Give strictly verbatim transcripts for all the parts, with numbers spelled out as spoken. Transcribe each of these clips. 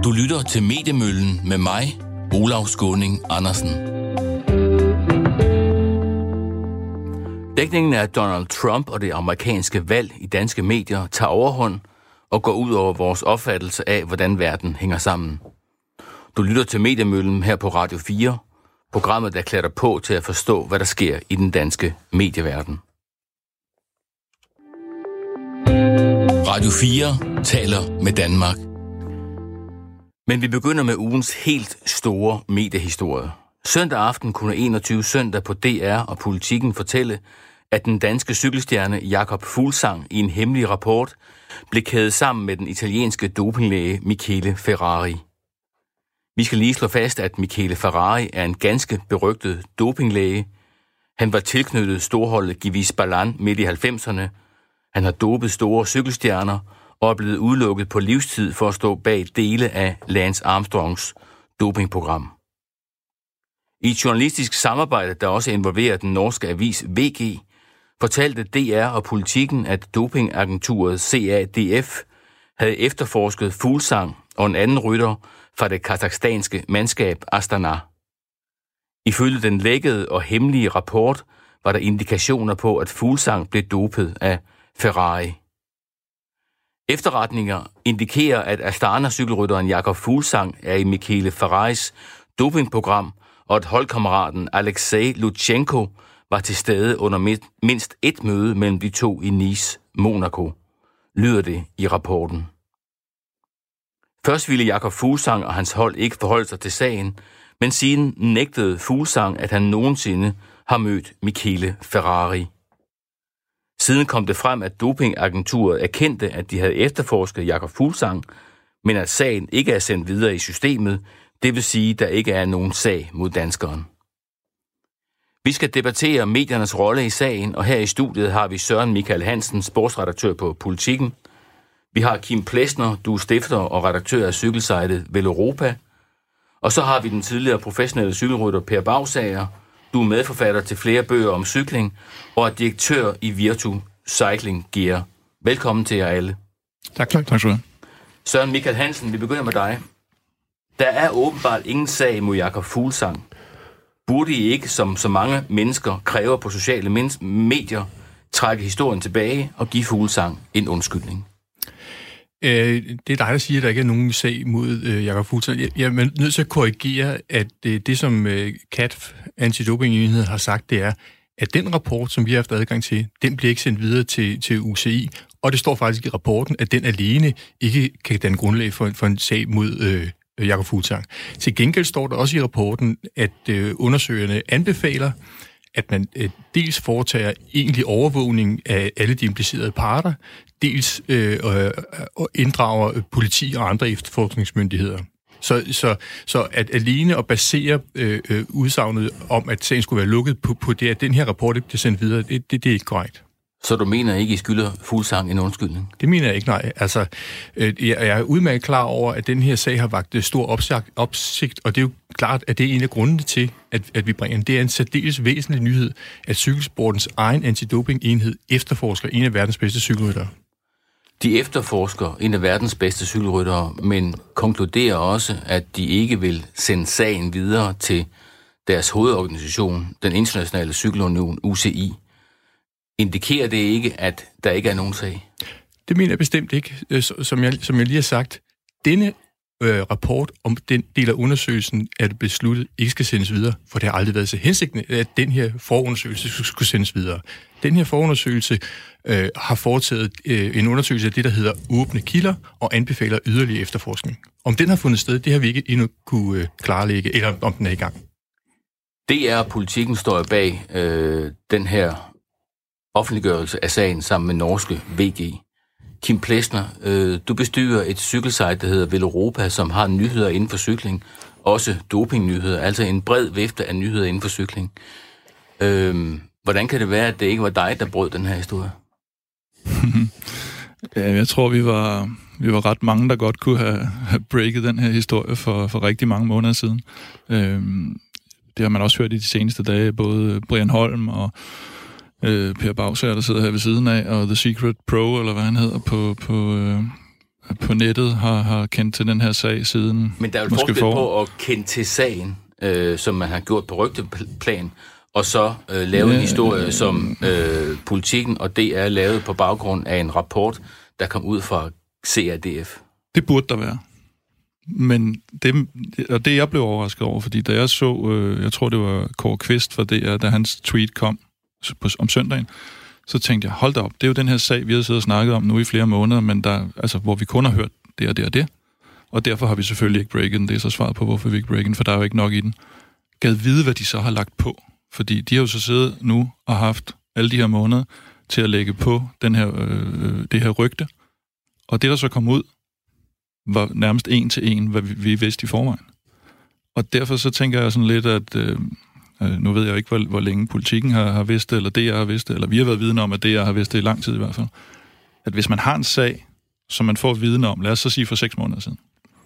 Du lytter til Mediemøllen med mig, Olav Skåning Andersen. Dækningen af Donald Trump og det amerikanske valg i danske medier tager overhånd og går ud over vores opfattelse af, hvordan verden hænger sammen. Du lytter til Mediemøllen her på Radio fire, programmet, der klæder på til at forstå, hvad der sker i den danske medieverden. Radio fire taler med Danmark. Men vi begynder med ugens helt store mediehistorie. Søndag aften kunne enogtyve Søndag på D R og Politikken fortælle, at den danske cykelstjerne Jakob Fuglsang i en hemmelig rapport blev kædet sammen med den italienske dopinglæge Michele Ferrari. Vi skal lige slå fast, at Michele Ferrari er en ganske berygtet dopinglæge. Han var tilknyttet storholdet Givis Ballan midt i halvfemserne. Han har dopet store cykelstjerner og er blevet udelukket på livstid for at stå bag dele af Lance Armstrongs dopingprogram. I et journalistisk samarbejde, der også involverer den norske avis V G, fortalte D R og Politikken, at dopingagenturet C A D F havde efterforsket Fuglsang og en anden rytter fra det kazakhstanske mandskab Astana. Ifølge den lækkede og hemmelige rapport var der indikationer på, at Fuglsang blev dopet af Ferrari. Efterretninger indikerer, at Astana-cykelrytteren Jakob Fuglsang er i Michele Ferraris dopingprogram, og at holdkammeraten Alexei Lutsenko var til stede under mindst et møde mellem de to i Nice, Monaco, lyder det i rapporten. Først ville Jakob Fuglsang og hans hold ikke forholde sig til sagen, men siden nægtede Fuglsang, at han nogensinde har mødt Michele Ferrari. Siden kom det frem, at dopingagenturet erkendte, at de havde efterforsket Jakob Fuglsang, men at sagen ikke er sendt videre i systemet, det vil sige, at der ikke er nogen sag mod danskeren. Vi skal debattere mediernes rolle i sagen, og her i studiet har vi Søren Michael Hansen, sportsredaktør på Politikken. Vi har Kim Plesner, du er stifter og redaktør af cykelsejtet Veloropa. Og så har vi den tidligere professionelle cykelrytter Per Bagsager. Du er medforfatter til flere bøger om cykling og er direktør i Virtu Cycling Gear. Velkommen til jer alle. Tak, tak, tak skal du have. Søren Michael Hansen, vi begynder med dig. Der er åbenbart ingen sag mod Jakob Fuglsang. Burde I ikke, som så mange mennesker kræver på sociale medier, trække historien tilbage og give Fuglsang en undskyldning? Øh, det er dig, der siger, at der ikke er nogen sag mod øh, Jakob Fuglsang. Jeg, jeg er nødt til at korrigere, at øh, det, som øh, C A T F, Antidopingenhed, har sagt, det er, at den rapport, som vi har haft adgang til, den bliver ikke sendt videre til, til U C I, og det står faktisk i rapporten, at den alene ikke kan danne grundlag for, for en sag mod øh, Jakob Fuglsang. Til gengæld står der også i rapporten, at øh, undersøgerne anbefaler, at man øh, dels foretager egentlig overvågning af alle de implicerede parter, dels øh, øh, inddrager politi og andre efterforskningsmyndigheder. Så, så, så at alene at basere øh, øh, udsagnet om, at sagen skulle være lukket på, på det, at den her rapport ikke bliver sendt videre, det, det, det er ikke korrekt. Så du mener ikke, I skylder Fuglsang en undskyldning? Det mener jeg ikke, nej. Altså, øh, jeg, jeg er udmærket klar over, at den her sag har vakt stor opsigt, opsigt, og det er jo klart, at det er en af grundene til, at, at vi bringer den. Det er en særdeles væsentlig nyhed, at cykelsportens egen antidopingenhed efterforsker en af verdens bedste cykelryttere. De efterforsker en af verdens bedste cykelryttere, men konkluderer også, at de ikke vil sende sagen videre til deres hovedorganisation, den internationale cykelunion, U C I. Indikerer det ikke, at der ikke er nogen sag? Det mener jeg bestemt ikke. Som jeg, som jeg lige har sagt, denne øh, rapport om den del af undersøgelsen er det besluttet ikke skal sendes videre, for det har aldrig været så hensigten, at den her forundersøgelse skulle sendes videre. Den her forundersøgelse øh, har foretaget øh, en undersøgelse af det, der hedder åbne kilder, og anbefaler yderligere efterforskning. Om den har fundet sted, det har vi ikke endnu kunne øh, klarlægge, eller om den er i gang. D R og Politikken står bag øh, den her offentliggørelse af sagen sammen med norske V G. Kim Plesner, øh, du bestyrer et cykelsite, der hedder Veloropa, som har nyheder inden for cykling, også dopingnyheder, altså en bred vifte af nyheder inden for cykling. Øh, hvordan kan det være, at det ikke var dig, der brød den her historie? Ja, jeg tror, vi var, vi var ret mange, der godt kunne have, have breaket den her historie for, for rigtig mange måneder siden. Øh, det har man også hørt i de seneste dage, både Brian Holm og øh, Per Bagsager, der sidder her ved siden af, og The Secret Pro, eller hvad han hedder, på, på, øh, på nettet har, har kendt til den her sag siden. Men der er jo forskel for... på at kende til sagen, øh, som man har gjort på rygteplan, og så øh, lave ja, en historie, som øh, Politikken og D R lavede på baggrund af en rapport, der kom ud fra C R D F. Det burde der være. Men det, og det jeg blev overrasket over, fordi da jeg så, øh, jeg tror det var Kåre Kvist fra D R, da hans tweet kom på, om søndagen, så tænkte jeg, hold da op, det er jo den her sag, vi har siddet og snakket om nu i flere måneder, men der, altså, hvor vi kun har hørt det og det og det, og derfor har vi selvfølgelig ikke breaket den. Det er så svaret på, hvorfor vi ikke breaket den, for der er jo ikke nok i den. Gad vide, hvad de så har lagt på, fordi de har jo så siddet nu og haft alle de her måneder til at lægge på den her, øh, det her rygte, og det, der så kom ud, var nærmest en til en, hvad vi, vi vidste i forvejen. Og derfor så tænker jeg sådan lidt, at øh, nu ved jeg ikke, hvor, hvor længe Politikken har, har vidst det, eller D R har vidst det, eller vi har været vidne om, at D R har vidst det i lang tid i hvert fald, at hvis man har en sag, som man får viden om, lad os så sige for seks måneder siden,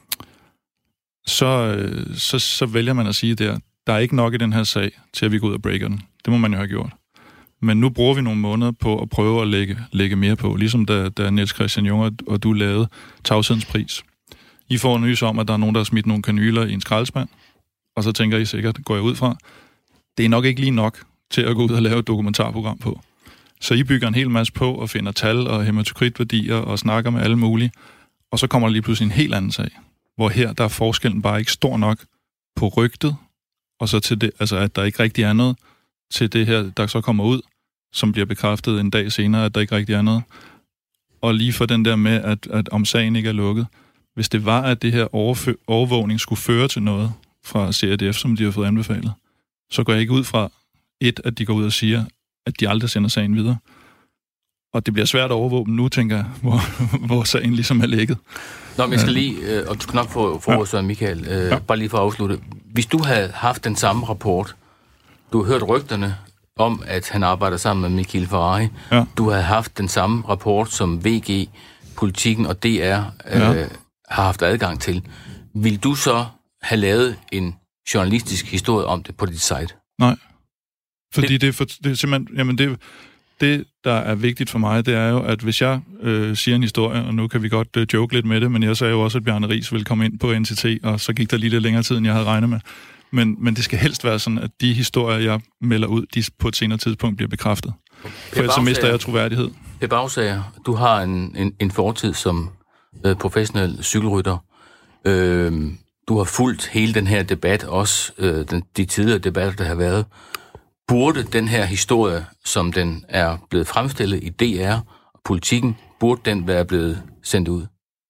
så, øh, så, så vælger man at sige der, der er ikke nok i den her sag, til at vi går ud og breaker den. Det må man jo have gjort. Men nu bruger vi nogle måneder på at prøve at lægge, lægge mere på, ligesom da, da Niels Christian Junge og du lavede Tavshedens pris. I får en nys om, at der er nogen, der har smidt nogle kanyler i en skraldespand, og så tænker I sikkert, går jeg ud fra, det er nok ikke lige nok til at gå ud og lave et dokumentarprogram på. Så I bygger en hel masse på og finder tal og hematokritværdier og snakker med alle mulige, og så kommer der lige pludselig en helt anden sag, hvor her der er forskellen bare ikke stor nok på rygtet, og så til det, altså at der ikke rigtig er noget, til det her, der så kommer ud, som bliver bekræftet en dag senere, at der ikke rigtig er noget. Og lige for den der med, at, at om sagen ikke er lukket, hvis det var, at det her overf- overvågning skulle føre til noget fra C R D F, som de har fået anbefalet, så går jeg ikke ud fra, et, at de går ud og siger, at de aldrig sender sagen videre. Og det bliver svært at overvåge dem nu, tænker jeg, hvor, hvor sagen ligesom er lægget. Nå, men jeg skal lige, øh, og du skal nok få forholdet, ja. Michael, øh, ja. bare lige for at afslutte. Hvis du havde haft den samme rapport, du har hørt rygterne om, at han arbejder sammen med Michael Ferrari, ja. Du havde haft den samme rapport, som V G, Politikken og D R øh, ja. har haft adgang til, vil du så have lavet en journalistisk historie om det på dit site? Nej. Fordi det, det, er, for, det er simpelthen, jamen det, det, der er vigtigt for mig, det er jo, at hvis jeg øh, siger en historie, og nu kan vi godt øh, joke lidt med det, men jeg sagde jo også, at Bjarne Riis ville komme ind på N T T, og så gik der lige lidt længere tid, end jeg havde regnet med. Men, men det skal helst være sådan, at de historier, jeg melder ud, de på et senere tidspunkt bliver bekræftet. For ellers så mister jeg troværdighed. Per Bagsager, du har en, en, en fortid som øh, professionel cykelrytter. Øh, du har fulgt hele den her debat, også øh, den, de tidligere debatter, der har været. Burde den her historie, som den er blevet fremstillet i D R og Politikken, burde den være blevet sendt ud?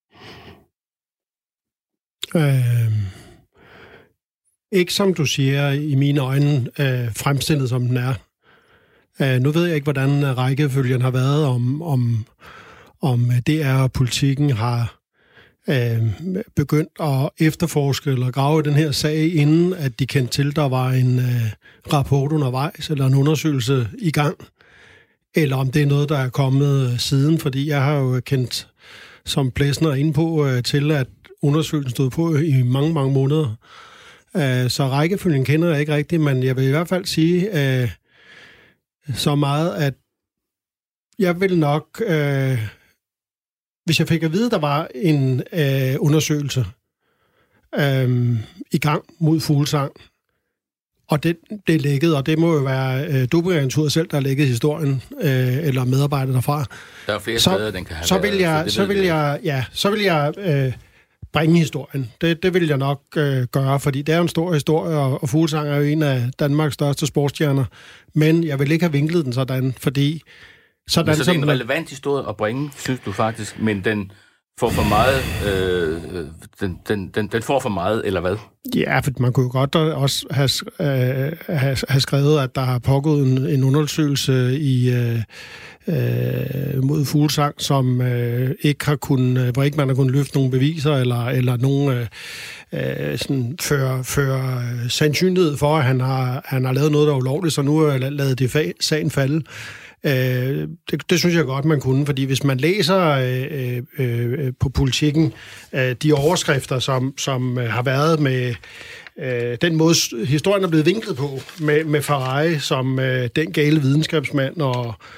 Øh, ikke som du siger, i mine øjne, øh, fremstillet som den er. Øh, nu ved jeg ikke, hvordan rækkefølgen har været, om, om, om D R og Politikken har øh, begyndt at efterforske eller grave den her sag, inden at de kendte til, der var en øh, rapport undervejs, eller en undersøgelse i gang, eller om det er noget, der er kommet siden, fordi jeg har jo kendt, som Plesner er inde på, øh, til at undersøgelsen stod på i mange, mange måneder. Øh, så rækkefølgen kender jeg ikke rigtigt, men jeg vil i hvert fald sige øh, så meget, at jeg vil nok... Øh, Hvis jeg fik at vide, at der var en øh, undersøgelse øh, i gang mod Fuglsang, og det, det er lækket, og det må jo være øh, dopingagenturet selv, der har lækket historien, øh, eller medarbejdere derfra. Der er flere så, steder, den kan have så været, vil jeg, så, så vil jeg, ja, så vil jeg øh, bringe historien. Det, det vil jeg nok øh, gøre, fordi det er en stor historie, og, og Fuglsang er jo en af Danmarks største sportsstjerner, men jeg vil ikke have vinklet den sådan, fordi Sådan, så det er en relevant historie at bringe, synes du faktisk, men den får for meget, øh, den, den, den, den får for meget, eller hvad? Ja, for man kunne jo godt også have, øh, have, have skrevet, at der har pågået en, en undersøgelse i øh, øh, mod Fuglsang, som øh, ikke har kunnet, hvor ikke man har kunnet løfte nogle beviser, eller, eller nogen øh, øh, sådan føre, føre sandsynlighed for, at han har, han har lavet noget, der er ulovligt, så nu har jeg lavet det fa- sagen falde. Øh, det, det synes jeg godt, man kunne, fordi hvis man læser øh, øh, på Politikken øh, de overskrifter, som, som øh, har været med øh, den måde, historien er blevet vinklet på, med, med Ferrari som øh, den gale videnskabsmand, og,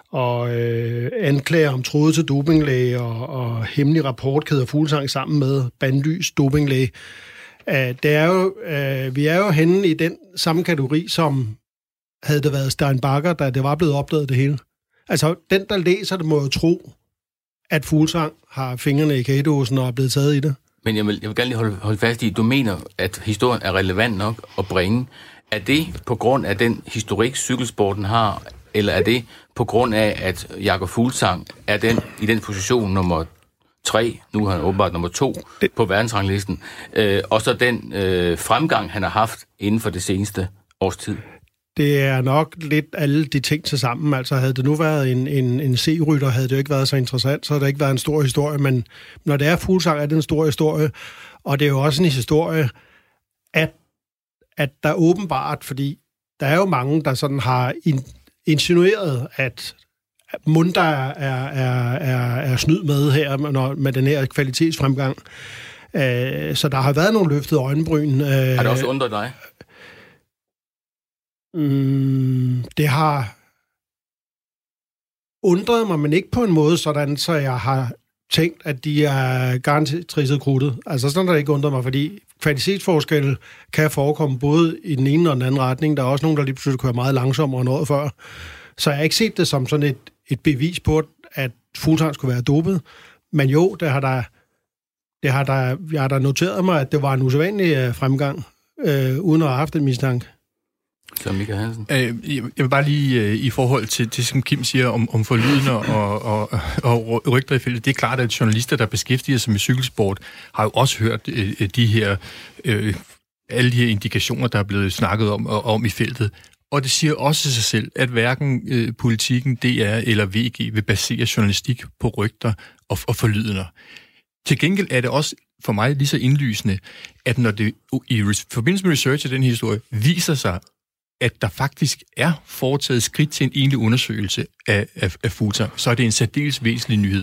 og øh, anklager om tråde til dopinglæge og, og hemmelig rapport kæder Fuglsang sammen med bandlys dopinglæge. Uh, det er jo, uh, vi er jo henne i den samme kategori, som havde det været Stein Bakker, da det var blevet opdaget det hele. Altså, den, der læser det, må jo tro, at Fuglsang har fingrene i kagedåsen og er blevet taget i det. Men jeg vil, jeg vil gerne lige holde, holde fast i, du mener, at historien er relevant nok at bringe. Er det på grund af den historik, cykelsporten har, eller er det på grund af, at Jakob Fuglsang er den, i den position nummer tre, nu er han åbenbart nummer to det. på verdensranglisten, øh, og så den øh, fremgang, han har haft inden for det seneste års tid? Det er nok lidt alle de ting til sammen. Altså havde det nu været en, en, en C-rytter, havde det jo ikke været så interessant, så havde det ikke været en stor historie, men når det er Fuglsang, er det en stor historie, og det er jo også en historie, at, at der åbenbart, fordi der er jo mange, der sådan har in, insinueret, at Munda er, er, er, er snyd med her, når, med den her kvalitetsfremgang. Uh, så der har været nogle løftede øjenbryn. Uh, har det også undret dig? Mm, det har undret mig, men ikke på en måde sådan, så jeg har tænkt, at de er garanteret krudtet. Altså sådan har det ikke undret mig, fordi kvalitetsforskelle kan forekomme både i den ene og den anden retning. Der er også nogen, der lige pludselig kører meget langsommere end året før. Så jeg har ikke set det som sådan et, et bevis på, at Fuglsang skulle være dopet. Men jo, det har der, det har der, jeg har der noteret mig, at det var en usædvanlig fremgang, øh, uden at have haft en mistanke. Så Michael Hansen. Øh, jeg vil bare lige øh, i forhold til det, som Kim siger om, om forlydende og, og, og rygter i feltet. Det er klart, at journalister, der beskæftiger sig med cykelsport, har jo også hørt øh, de her, øh, alle de her indikationer, der er blevet snakket om, og, om i feltet. Og det siger også sig selv, at hverken øh, politikken, D R eller V G vil basere journalistik på rygter og, og forlydender. Til gengæld er det også for mig lige så indlysende, at når det i forbindelse med research af den historie viser sig, at der faktisk er foretaget skridt til en egentlig undersøgelse af, af, af Fuglsang, så er det en særdeles væsentlig nyhed.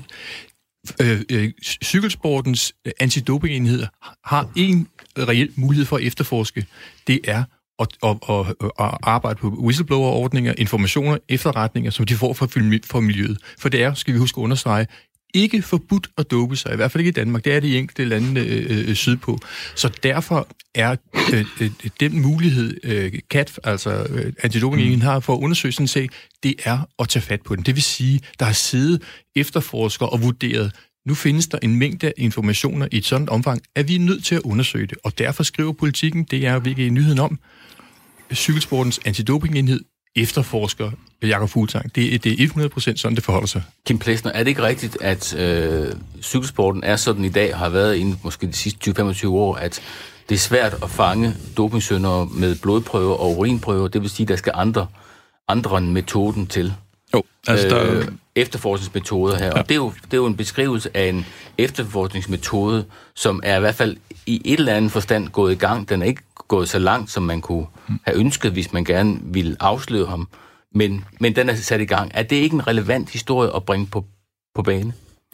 Øh, øh, cykelsportens antidopingenhed har en reel mulighed for at efterforske. Det er at, at, at, at arbejde på whistleblower-ordninger, informationer, efterretninger, som de får for, for miljøet. For det er, skal vi huske at understrege, ikke forbudt at dope sig, i hvert fald ikke i Danmark. Det er de enkelte lande øh, sydpå. Så derfor er øh, øh, den mulighed, øh, C A T F, altså øh, antidopingen har for at undersøge sådan en sag, det er at tage fat på den. Det vil sige, der har siddet efterforskere og vurderet, nu findes der en mængde informationer i et sådan omfang, at vi er nødt til at undersøge det. Og derfor skriver politikken, det er virkelig nyheden om, cykelsportens antidopingenhed efterforsker Jakob Fuglsang. Det, det er hundrede procent sådan, det forholder sig. Kim Plesner, er det ikke rigtigt, at øh, cykelsporten er sådan i dag, har været inden måske de sidste tyve til femogtyve år, at det er svært at fange dopingsyndere med blodprøver og urinprøver, det vil sige, at der skal andre, andre end metoden til. Jo, altså der øh, efterforskningsmetoder her. Ja. Og det er, jo, det er jo en beskrivelse af en efterforskningsmetode, som er i hvert fald i et eller andet forstand gået i gang. Den er ikke gået så langt, som man kunne have ønsket, hvis man gerne ville afsløre ham. Men, men den er sat i gang. Er det ikke en relevant historie at bringe på, på bane?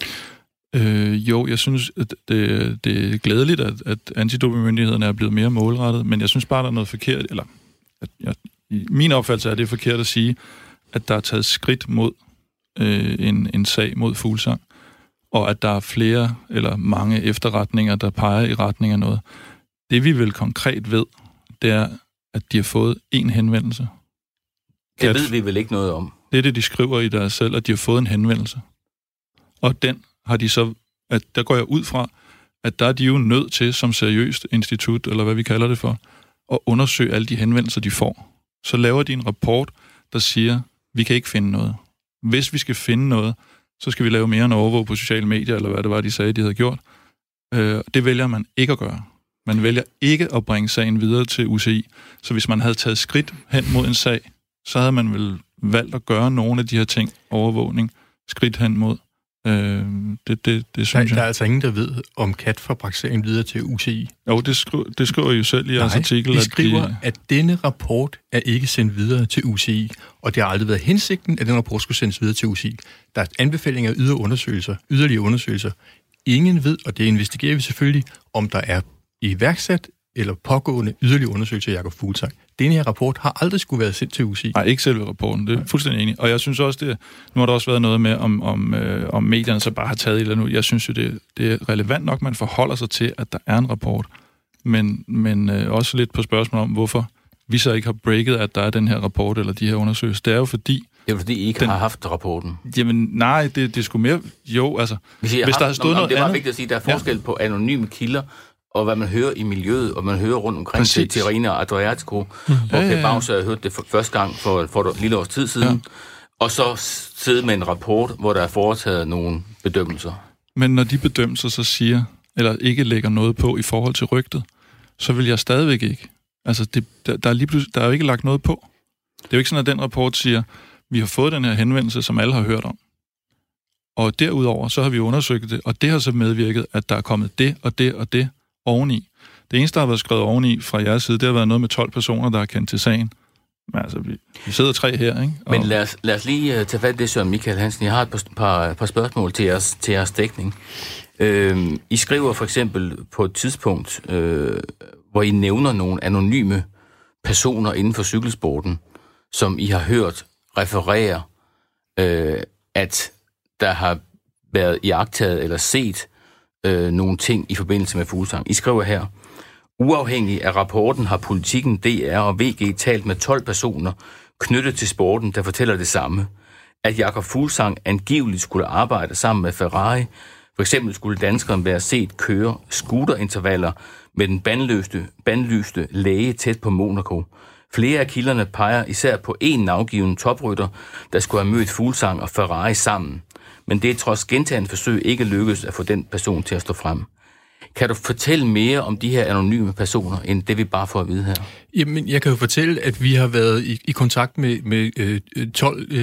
Øh, jo, jeg synes, at det, det er glædeligt, at, at antidopingmyndighederne er blevet mere målrettet, men jeg synes bare, der er noget forkert, eller at jeg, i min opfattelse er det forkert at sige, at der er taget skridt mod øh, en, en sag mod Fuglsang, og at der er flere eller mange efterretninger, der peger i retning af noget. Det vi vel konkret ved, det er, at de har fået en henvendelse. Det at, ved vi vel ikke noget om. Det er det, de skriver i deres selv, at de har fået en henvendelse. Og den har de så, at der går jeg ud fra, at der er de jo nødt til, som seriøst institut, eller hvad vi kalder det for, at undersøge alle de henvendelser, de får. Så laver de en rapport, der siger, vi kan ikke finde noget. Hvis vi skal finde noget, så skal vi lave mere end overvåge på sociale medier, eller hvad det var, de sagde, de havde gjort. Øh, det vælger man ikke at gøre. Man vælger ikke at bringe sagen videre til U C I. Så hvis man havde taget skridt hen mod en sag, så havde man vel valgt at gøre nogle af de her ting, overvågning, skridt hen mod. Øh, det, det, det synes der, jeg. Der er altså ingen, der ved, om C A T får bragt sagen videre til U C I. Jo, det, skri- det skriver I jo selv i jeres artikel. de skriver, at, de... at denne rapport er ikke sendt videre til U C I, og det har aldrig været hensigten, at den rapport skulle sendes videre til U C I. Der er anbefalinger af yderligere undersøgelser, yderligere undersøgelser. Ingen ved, og det investigerer vi selvfølgelig, om der er iværksat eller pågående yderligere undersøgelse af Jakob Fuglsang. Den her rapport har aldrig skulle været sendt til U C I. Nej, ikke selve rapporten. Det er fuldstændig enig. Og jeg synes også, det nu har der også været noget med, om, om, øh, om medierne så bare har taget eller nu. Jeg synes jo, det, det er relevant nok, man forholder sig til, at der er en rapport. Men, men øh, også lidt på spørgsmål om, hvorfor vi så ikke har breaket, at der er den her rapport eller de her undersøgelser. Det er jo fordi... Det er fordi, I ikke den, har haft rapporten. Jamen, nej, det, det skulle mere... Jo, altså... Hvis, hvis der har stået om, noget om, det er meget vigtigt at sige, at der er forskel ja. på anonyme kilder, og hvad man hører i miljøet, og man hører rundt omkring til Tirrenia og Adriatico, mm. hvor ja, ja, ja. Per Bauser havde hørt det for første gang for, for et lille års tid siden, ja. og så sidde med en rapport, hvor der er foretaget nogle bedømmelser. Men når de bedømmelser så siger, eller ikke lægger noget på i forhold til rygtet, så vil jeg stadigvæk ikke. Altså, det, der, der, er lige pludselig, der er jo ikke lagt noget på. Det er jo ikke sådan, at den rapport siger, vi har fået den her henvendelse, som alle har hørt om. Og derudover, så har vi undersøgt det, og det har så medvirket, at der er kommet det og det og det oveni. Det eneste, der har været skrevet oveni fra jeres side, det har været noget med tolv personer, der har kendt til sagen. Men altså, vi, vi sidder tre her, ikke? Og... Men lad os, lad os lige uh, tage fat i det, Søren Michael Hansen. Jeg har et par, par, par spørgsmål til jeres, til jeres dækning. Uh, I skriver for eksempel på et tidspunkt, uh, hvor I nævner nogle anonyme personer inden for cykelsporten, som I har hørt referere, uh, at der har været iagttaget eller set øh, nogle ting i forbindelse med Fuglsang. I skriver her, uafhængig af rapporten har Politikken, D R og V G talt med tolv personer knyttet til sporten, der fortæller det samme. At Jakob Fuglsang angiveligt skulle arbejde sammen med Ferrari. For eksempel skulle danskeren være set køre scooterintervaller med den bandløste, bandlyste læge tæt på Monaco. Flere af kilderne peger især på en navgiven toprytter, der skulle have mødt Fuglsang og Ferrari sammen. Men det er trods gentagne forsøg ikke lykkedes at få den person til at stå frem. Kan du fortælle mere om de her anonyme personer, end det vi bare får at vide her? Jamen, jeg kan jo fortælle, at vi har været i, i kontakt med, med øh, tolv,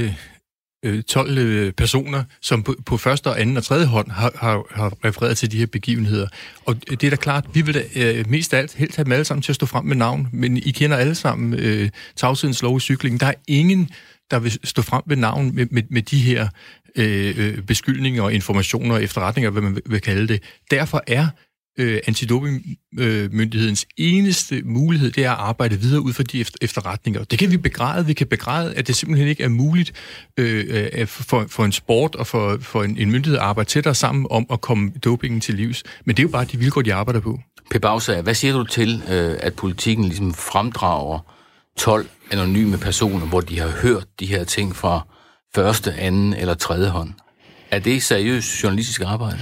øh, tolv øh, personer, som på, på første og anden og tredje hånd har, har, har refereret til de her begivenheder. Og det er da klart, vi vil da øh, mest af alt helst have dem alle sammen til at stå frem med navn, men I kender alle sammen øh, tavshedens lov i cyklingen. Der er ingen, der vil stå frem med navn med, med, med de her øh, beskyldninger og informationer og efterretninger, hvad man vil, vil kalde det. Derfor er øh, antidopingmyndighedens øh, eneste mulighed, det er at arbejde videre ud fra de efter, efterretninger. Det kan vi begræde. Vi kan begræde, at det simpelthen ikke er muligt øh, for, for en sport og for, for en, en myndighed at arbejde tættere sammen om at komme dopingen til livs. Men det er jo bare de vilkår, de arbejder på. Per Bauser, hvad siger du til, øh, at Politikken ligesom fremdrager tolv anonyme personer, hvor de har hørt de her ting fra første, anden eller tredje hånd? Er det seriøst journalistisk arbejde?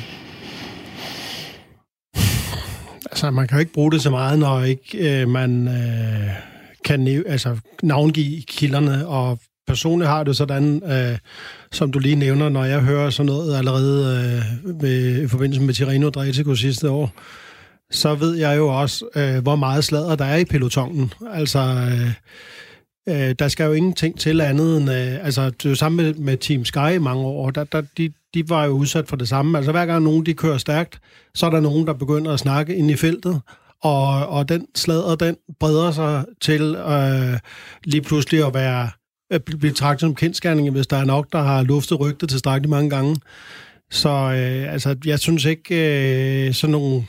Altså, man kan jo ikke bruge det så meget, når ikke øh, man øh, kan næv- altså, navngive kilderne, og personligt har det sådan, øh, som du lige nævner, når jeg hører sådan noget allerede øh, ved, i forbindelse med Tirrenia Adriatico sidste år, så ved jeg jo også, øh, hvor meget sladder der er i pelotonen. Altså, øh, øh, der skal jo ingenting til andet end... Øh, altså, det er jo samme med, med Team Sky i mange år. Der, der, de, de var jo udsat for det samme. Altså, hver gang nogen de kører stærkt, så er der nogen, der begynder at snakke ind i feltet, og, og den sladder, den breder sig til øh, lige pludselig at være at blive betragtet som kendsgerning, hvis der er nok, der har luftet rygtet tilstrækkeligt mange gange. Så øh, altså, jeg synes ikke, øh, sådan nogle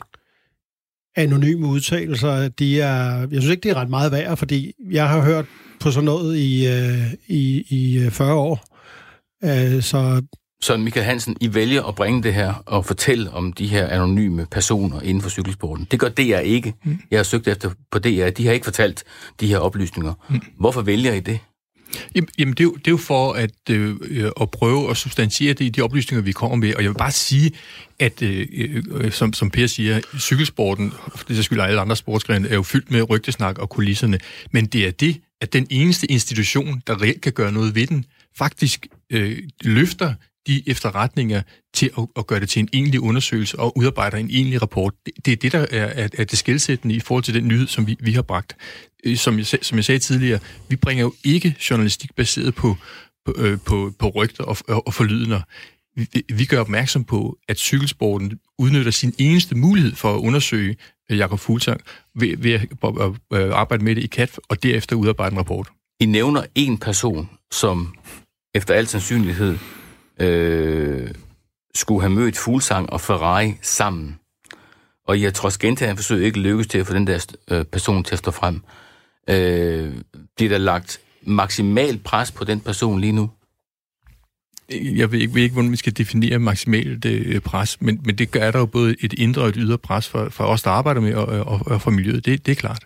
anonyme udtalelser, de er, jeg synes ikke, det er ret meget værd, fordi jeg har hørt på sådan noget i, øh, i, i fyrre år. Øh, så Så Michael Hansen, I vælger at bringe det her og fortælle om de her anonyme personer inden for cykelsporten. Det gør D R ikke. Mm. Jeg har søgt efter på D R. De har ikke fortalt de her oplysninger. Mm. Hvorfor vælger I det? Jamen, det er jo, det er jo for at, øh, at prøve at substantiere det i de oplysninger, vi kommer med. Og jeg vil bare sige, at øh, som, som Per siger, cykelsporten, for det skylder alle andre sportsgrene, er jo fyldt med rygtesnak og kulisserne. Men det er det, at den eneste institution, der reelt kan gøre noget ved den, faktisk øh, løfter de efterretninger til at, at gøre det til en egentlig undersøgelse og udarbejder en egentlig rapport. Det, det er det, der er, er det skelsættende i forhold til den nyhed, som vi, vi har bragt. Som jeg, som jeg sagde tidligere, vi bringer jo ikke journalistik baseret på, på, øh, på, på rygter og, og, og forlydender. Vi, vi gør opmærksom på, at cykelsporten udnytter sin eneste mulighed for at undersøge Jakob Fuglsang ved, ved at arbejde med det i C A T F og derefter udarbejde en rapport. I nævner en person, som efter al sandsynlighed øh, skulle have mødt Fuglsang og Ferrari sammen. og jeg trods gentagne forsøg ikke lykkes til at få den der øh, person til at stå frem. Øh, bliver der lagt maksimalt pres på den person lige nu? Jeg ved ikke, ved ikke hvordan vi skal definere maksimalt øh, pres, men, men det gør der jo både et indre og et ydre pres for, for os, der arbejder med, og, og, og for miljøet. Det, det er klart.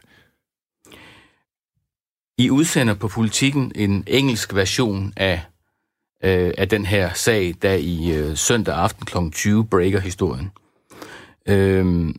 I udsender på Politikken en engelsk version af, øh, af den her sag, der i øh, søndag aften klokken tyve breaker historien. Øh,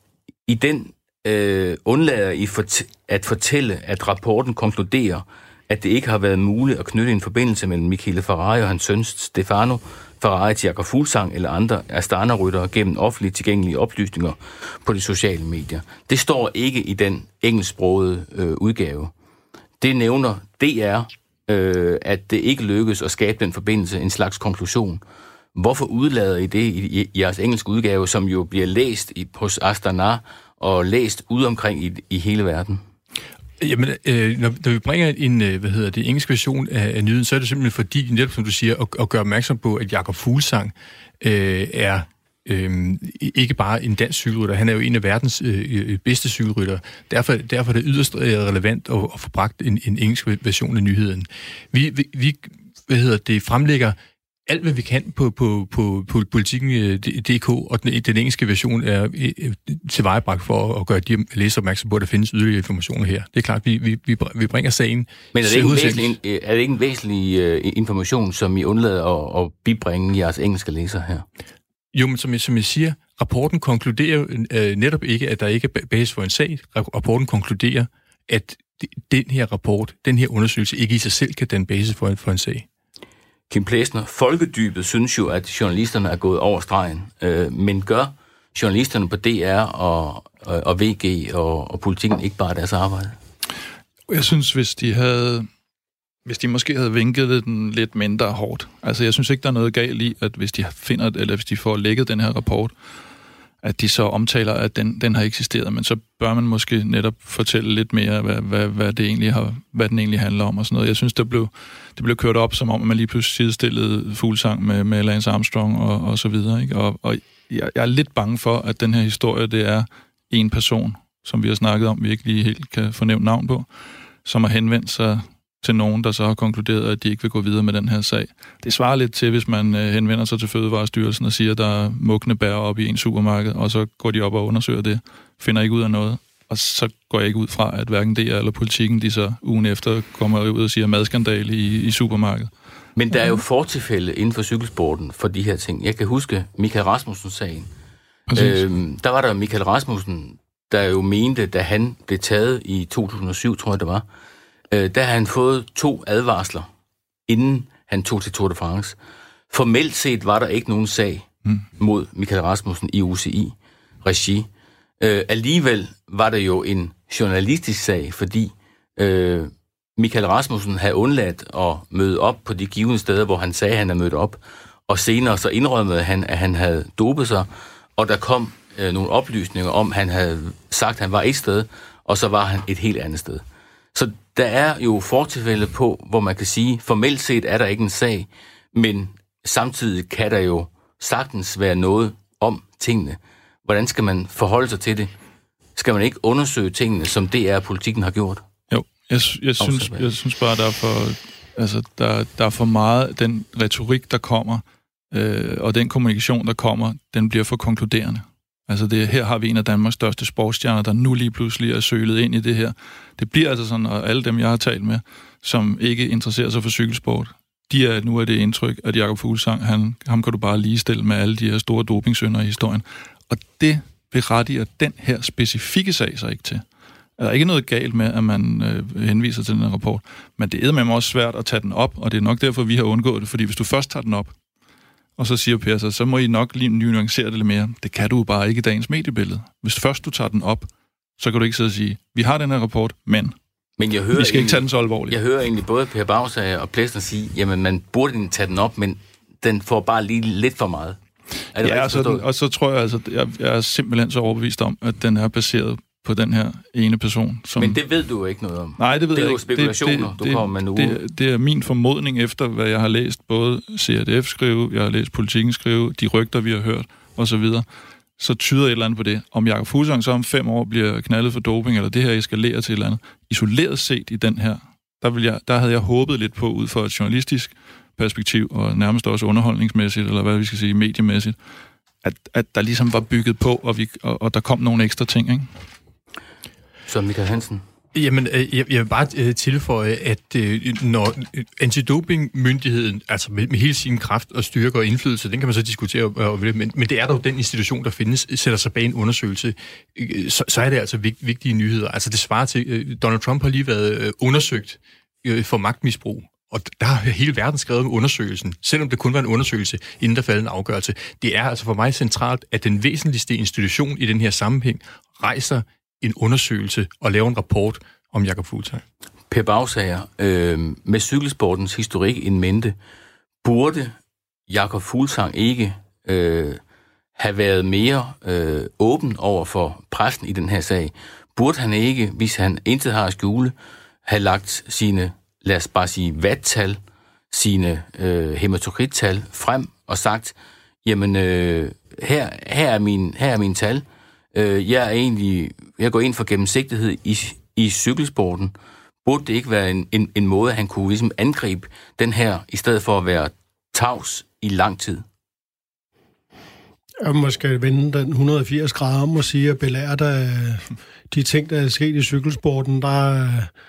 I den øh, undlader I fort- at fortælle, at rapporten konkluderer, at det ikke har været muligt at knytte en forbindelse mellem Michele Ferrari og hans søn Stefano Ferrari til Jakob Fuglsang eller andre Astana-ryttere gennem offentligt tilgængelige oplysninger på de sociale medier. Det står ikke i den engelsksprogede øh, udgave. Det nævner D R, øh, at det ikke lykkes at skabe den forbindelse, en slags konklusion. Hvorfor udlader I det i, i, i jeres engelske udgave, som jo bliver læst i, hos Astana og læst ude omkring i, i hele verden? Jamen, øh, når, når vi bringer en, øh, hvad hedder det, engelsk version af, af nyheden, så er det simpelthen fordi, netop som du siger, at, at gøre opmærksom på, at Jakob Fuglsang øh, er øh, ikke bare en dansk cykelrytter, han er jo en af verdens øh, bedste cykelrytter. Derfor, derfor er det yderst relevant at, at få bragt en, en engelsk version af nyheden. Vi, vi, vi hvad hedder det, fremlægger alt, hvad vi kan på, på, på, på Politikken punktum d k, og den, den engelske version er tilvejebragt for at gøre de læsere opmærksom på, at der findes yderligere informationer her. Det er klart, vi, vi, vi bringer sagen. Men er det ikke en væsentlig, er det ikke en væsentlig uh, information, som I undlader at, at bibringe jeres engelske læsere her? Jo, men som jeg, som jeg siger, rapporten konkluderer øh, netop ikke, at der ikke er basis for en sag. Rapporten konkluderer, at den her rapport, den her undersøgelse, ikke i sig selv kan danne basis for en, for en sag. Kim Plesner, folkedybet synes jo, at journalisterne er gået over stregen, øh, men gør journalisterne på D R og, og, og V G og, og Politikken ikke bare deres arbejde? Jeg synes, hvis de havde, hvis de måske havde vinket den lidt mindre hårdt. Altså, jeg synes ikke, der er noget galt i, at hvis de finder, eller hvis de får lækket den her rapport, at de så omtaler, at den, den har eksisteret, men så bør man måske netop fortælle lidt mere, hvad, hvad, hvad, det egentlig har, hvad den egentlig handler om og sådan noget. Jeg synes, det blev, det blev kørt op, som om at man lige pludselig sidestillede Fuglsang med, med Lance Armstrong og, og så videre. Ikke? Og, og jeg, jeg er lidt bange for, at den her historie, det er en person, som vi har snakket om, vi ikke lige helt kan fornævne navn på, som har henvendt sig til nogen, der så har konkluderet, at de ikke vil gå videre med den her sag. Det svarer lidt til, hvis man øh, henvender sig til Fødevarestyrelsen og siger, at der er mugne bær op i en supermarked, og så går de op og undersøger det, finder ikke ud af noget, og så går jeg ikke ud fra, at hverken D R eller Politikken, de så ugen efter kommer ud og siger madskandale i, i supermarkedet. Men der er jo fortilfælde inden for cykelsporten for de her ting. Jeg kan huske Michael Rasmussen-sagen. Øhm, der var der Michael Rasmussen, der jo mente, da han blev taget i to tusind og syv, tror jeg det var, øh, der har han fået to advarsler, inden han tog til Tour de France. Formelt set var der ikke nogen sag mm. mod Michael Rasmussen i U C I-regi. Øh, alligevel var der jo en journalistisk sag, fordi øh, Michael Rasmussen havde undladt at møde op på de givne steder, hvor han sagde, at han havde mødt op, og senere så indrømmede han, at han havde dopet sig, og der kom øh, nogle oplysninger om, at han havde sagt, at han var et sted, og så var han et helt andet sted. Så der er jo fortilfælde på, hvor man kan sige, formelt set er der ikke en sag, men samtidig kan der jo sagtens være noget om tingene. Hvordan skal man forholde sig til det? Skal man ikke undersøge tingene, som D R Politikken har gjort? Jo, jeg, jeg, synes, jeg synes bare, der er for, altså, der, der er for meget, den retorik, der kommer, øh, og den kommunikation, der kommer, den bliver for konkluderende. Altså det, her har vi en af Danmarks største sportsstjerner, der nu lige pludselig er sølet ind i det her. Det bliver altså sådan, og alle dem, jeg har talt med, som ikke interesserer sig for cykelsport, de er nu er det indtryk, at Jakob Fuglsang, han, ham kan du bare ligestille med alle de her store dopingsynder i historien. Og det berettiger den her specifikke sag sig ikke til. Der er ikke noget galt med, at man øh, henviser til den her rapport, men det er med mig også svært at tage den op, og det er nok derfor, vi har undgået det, fordi hvis du først tager den op, og så siger Per, så, så må I nok lige nuancere det lidt mere. Det kan du bare ikke i dagens mediebillede. Hvis først du tager den op, så kan du ikke sidde og sige, vi har den her rapport, men, men jeg hører vi skal ikke tage den så alvorligt. Jeg hører egentlig både Per Bausager og Plesner sige, jamen man burde ikke tage den op, men den får bare lige lidt for meget. Er det ja, og så, den, og så tror jeg, altså, jeg, jeg er simpelthen så overbevist om, at den er baseret på den her ene person. Som... Men det ved du jo ikke noget om. Nej, det ved det jeg ikke. Det er jo spekulationer, det, du det, kommer med nu. Det, det er min formodning efter, hvad jeg har læst, både C R D F skrive, jeg har læst Politikken skrive, de rygter, vi har hørt, osv. så tyder et eller andet på det. Om Jakob Fuglsang så om fem år bliver knaldet for doping, eller det her eskalerer til et eller andet. Isoleret set i den her, der, vil jeg, der havde jeg håbet lidt på, ud fra et journalistisk perspektiv, og nærmest også underholdningsmæssigt, eller hvad vi skal sige, mediemæssigt, at, at der ligesom var bygget på, og, vi, og, og der kom nogle ekstra ting, ikke? Så Michael Hansen? Jamen, jeg vil bare tilføje, at når antidopingmyndigheden, altså med hele sin kraft og styrke og indflydelse, den kan man så diskutere, men, men det er dog den institution, der findes, sætter sig bag en undersøgelse, så, så er det altså vigtige nyheder. Altså det svarer til, Donald Trump har lige været undersøgt for magtmisbrug, og der har hele verden skrevet om undersøgelsen, selvom det kun var en undersøgelse, inden der faldt en afgørelse. Det er altså for mig centralt, at den væsentligste institution i den her sammenhæng rejser en undersøgelse og laver en rapport om Jakob Fuglsang. Per Bagsager, øh, med cykelsportens historik in mente, burde Jakob Fuglsang ikke øh, have været mere øh, åben over for pressen i den her sag? Burde han ikke, hvis han intet har at skjule, have lagt sine, lad os bare sige, vattal, sine øh, hematokrittal frem og sagt, jamen, øh, her, her, er min, her er mine tal. Øh, jeg er egentlig, jeg går ind for gennemsigtighed i, i cykelsporten. Burde det ikke være en, en, en måde, at han kunne ligesom angribe den her, i stedet for at være tavs i lang tid? Jeg måske vende den et hundrede og firs grader om og sige, at belært af de ting, der er sket i cykelsporten, der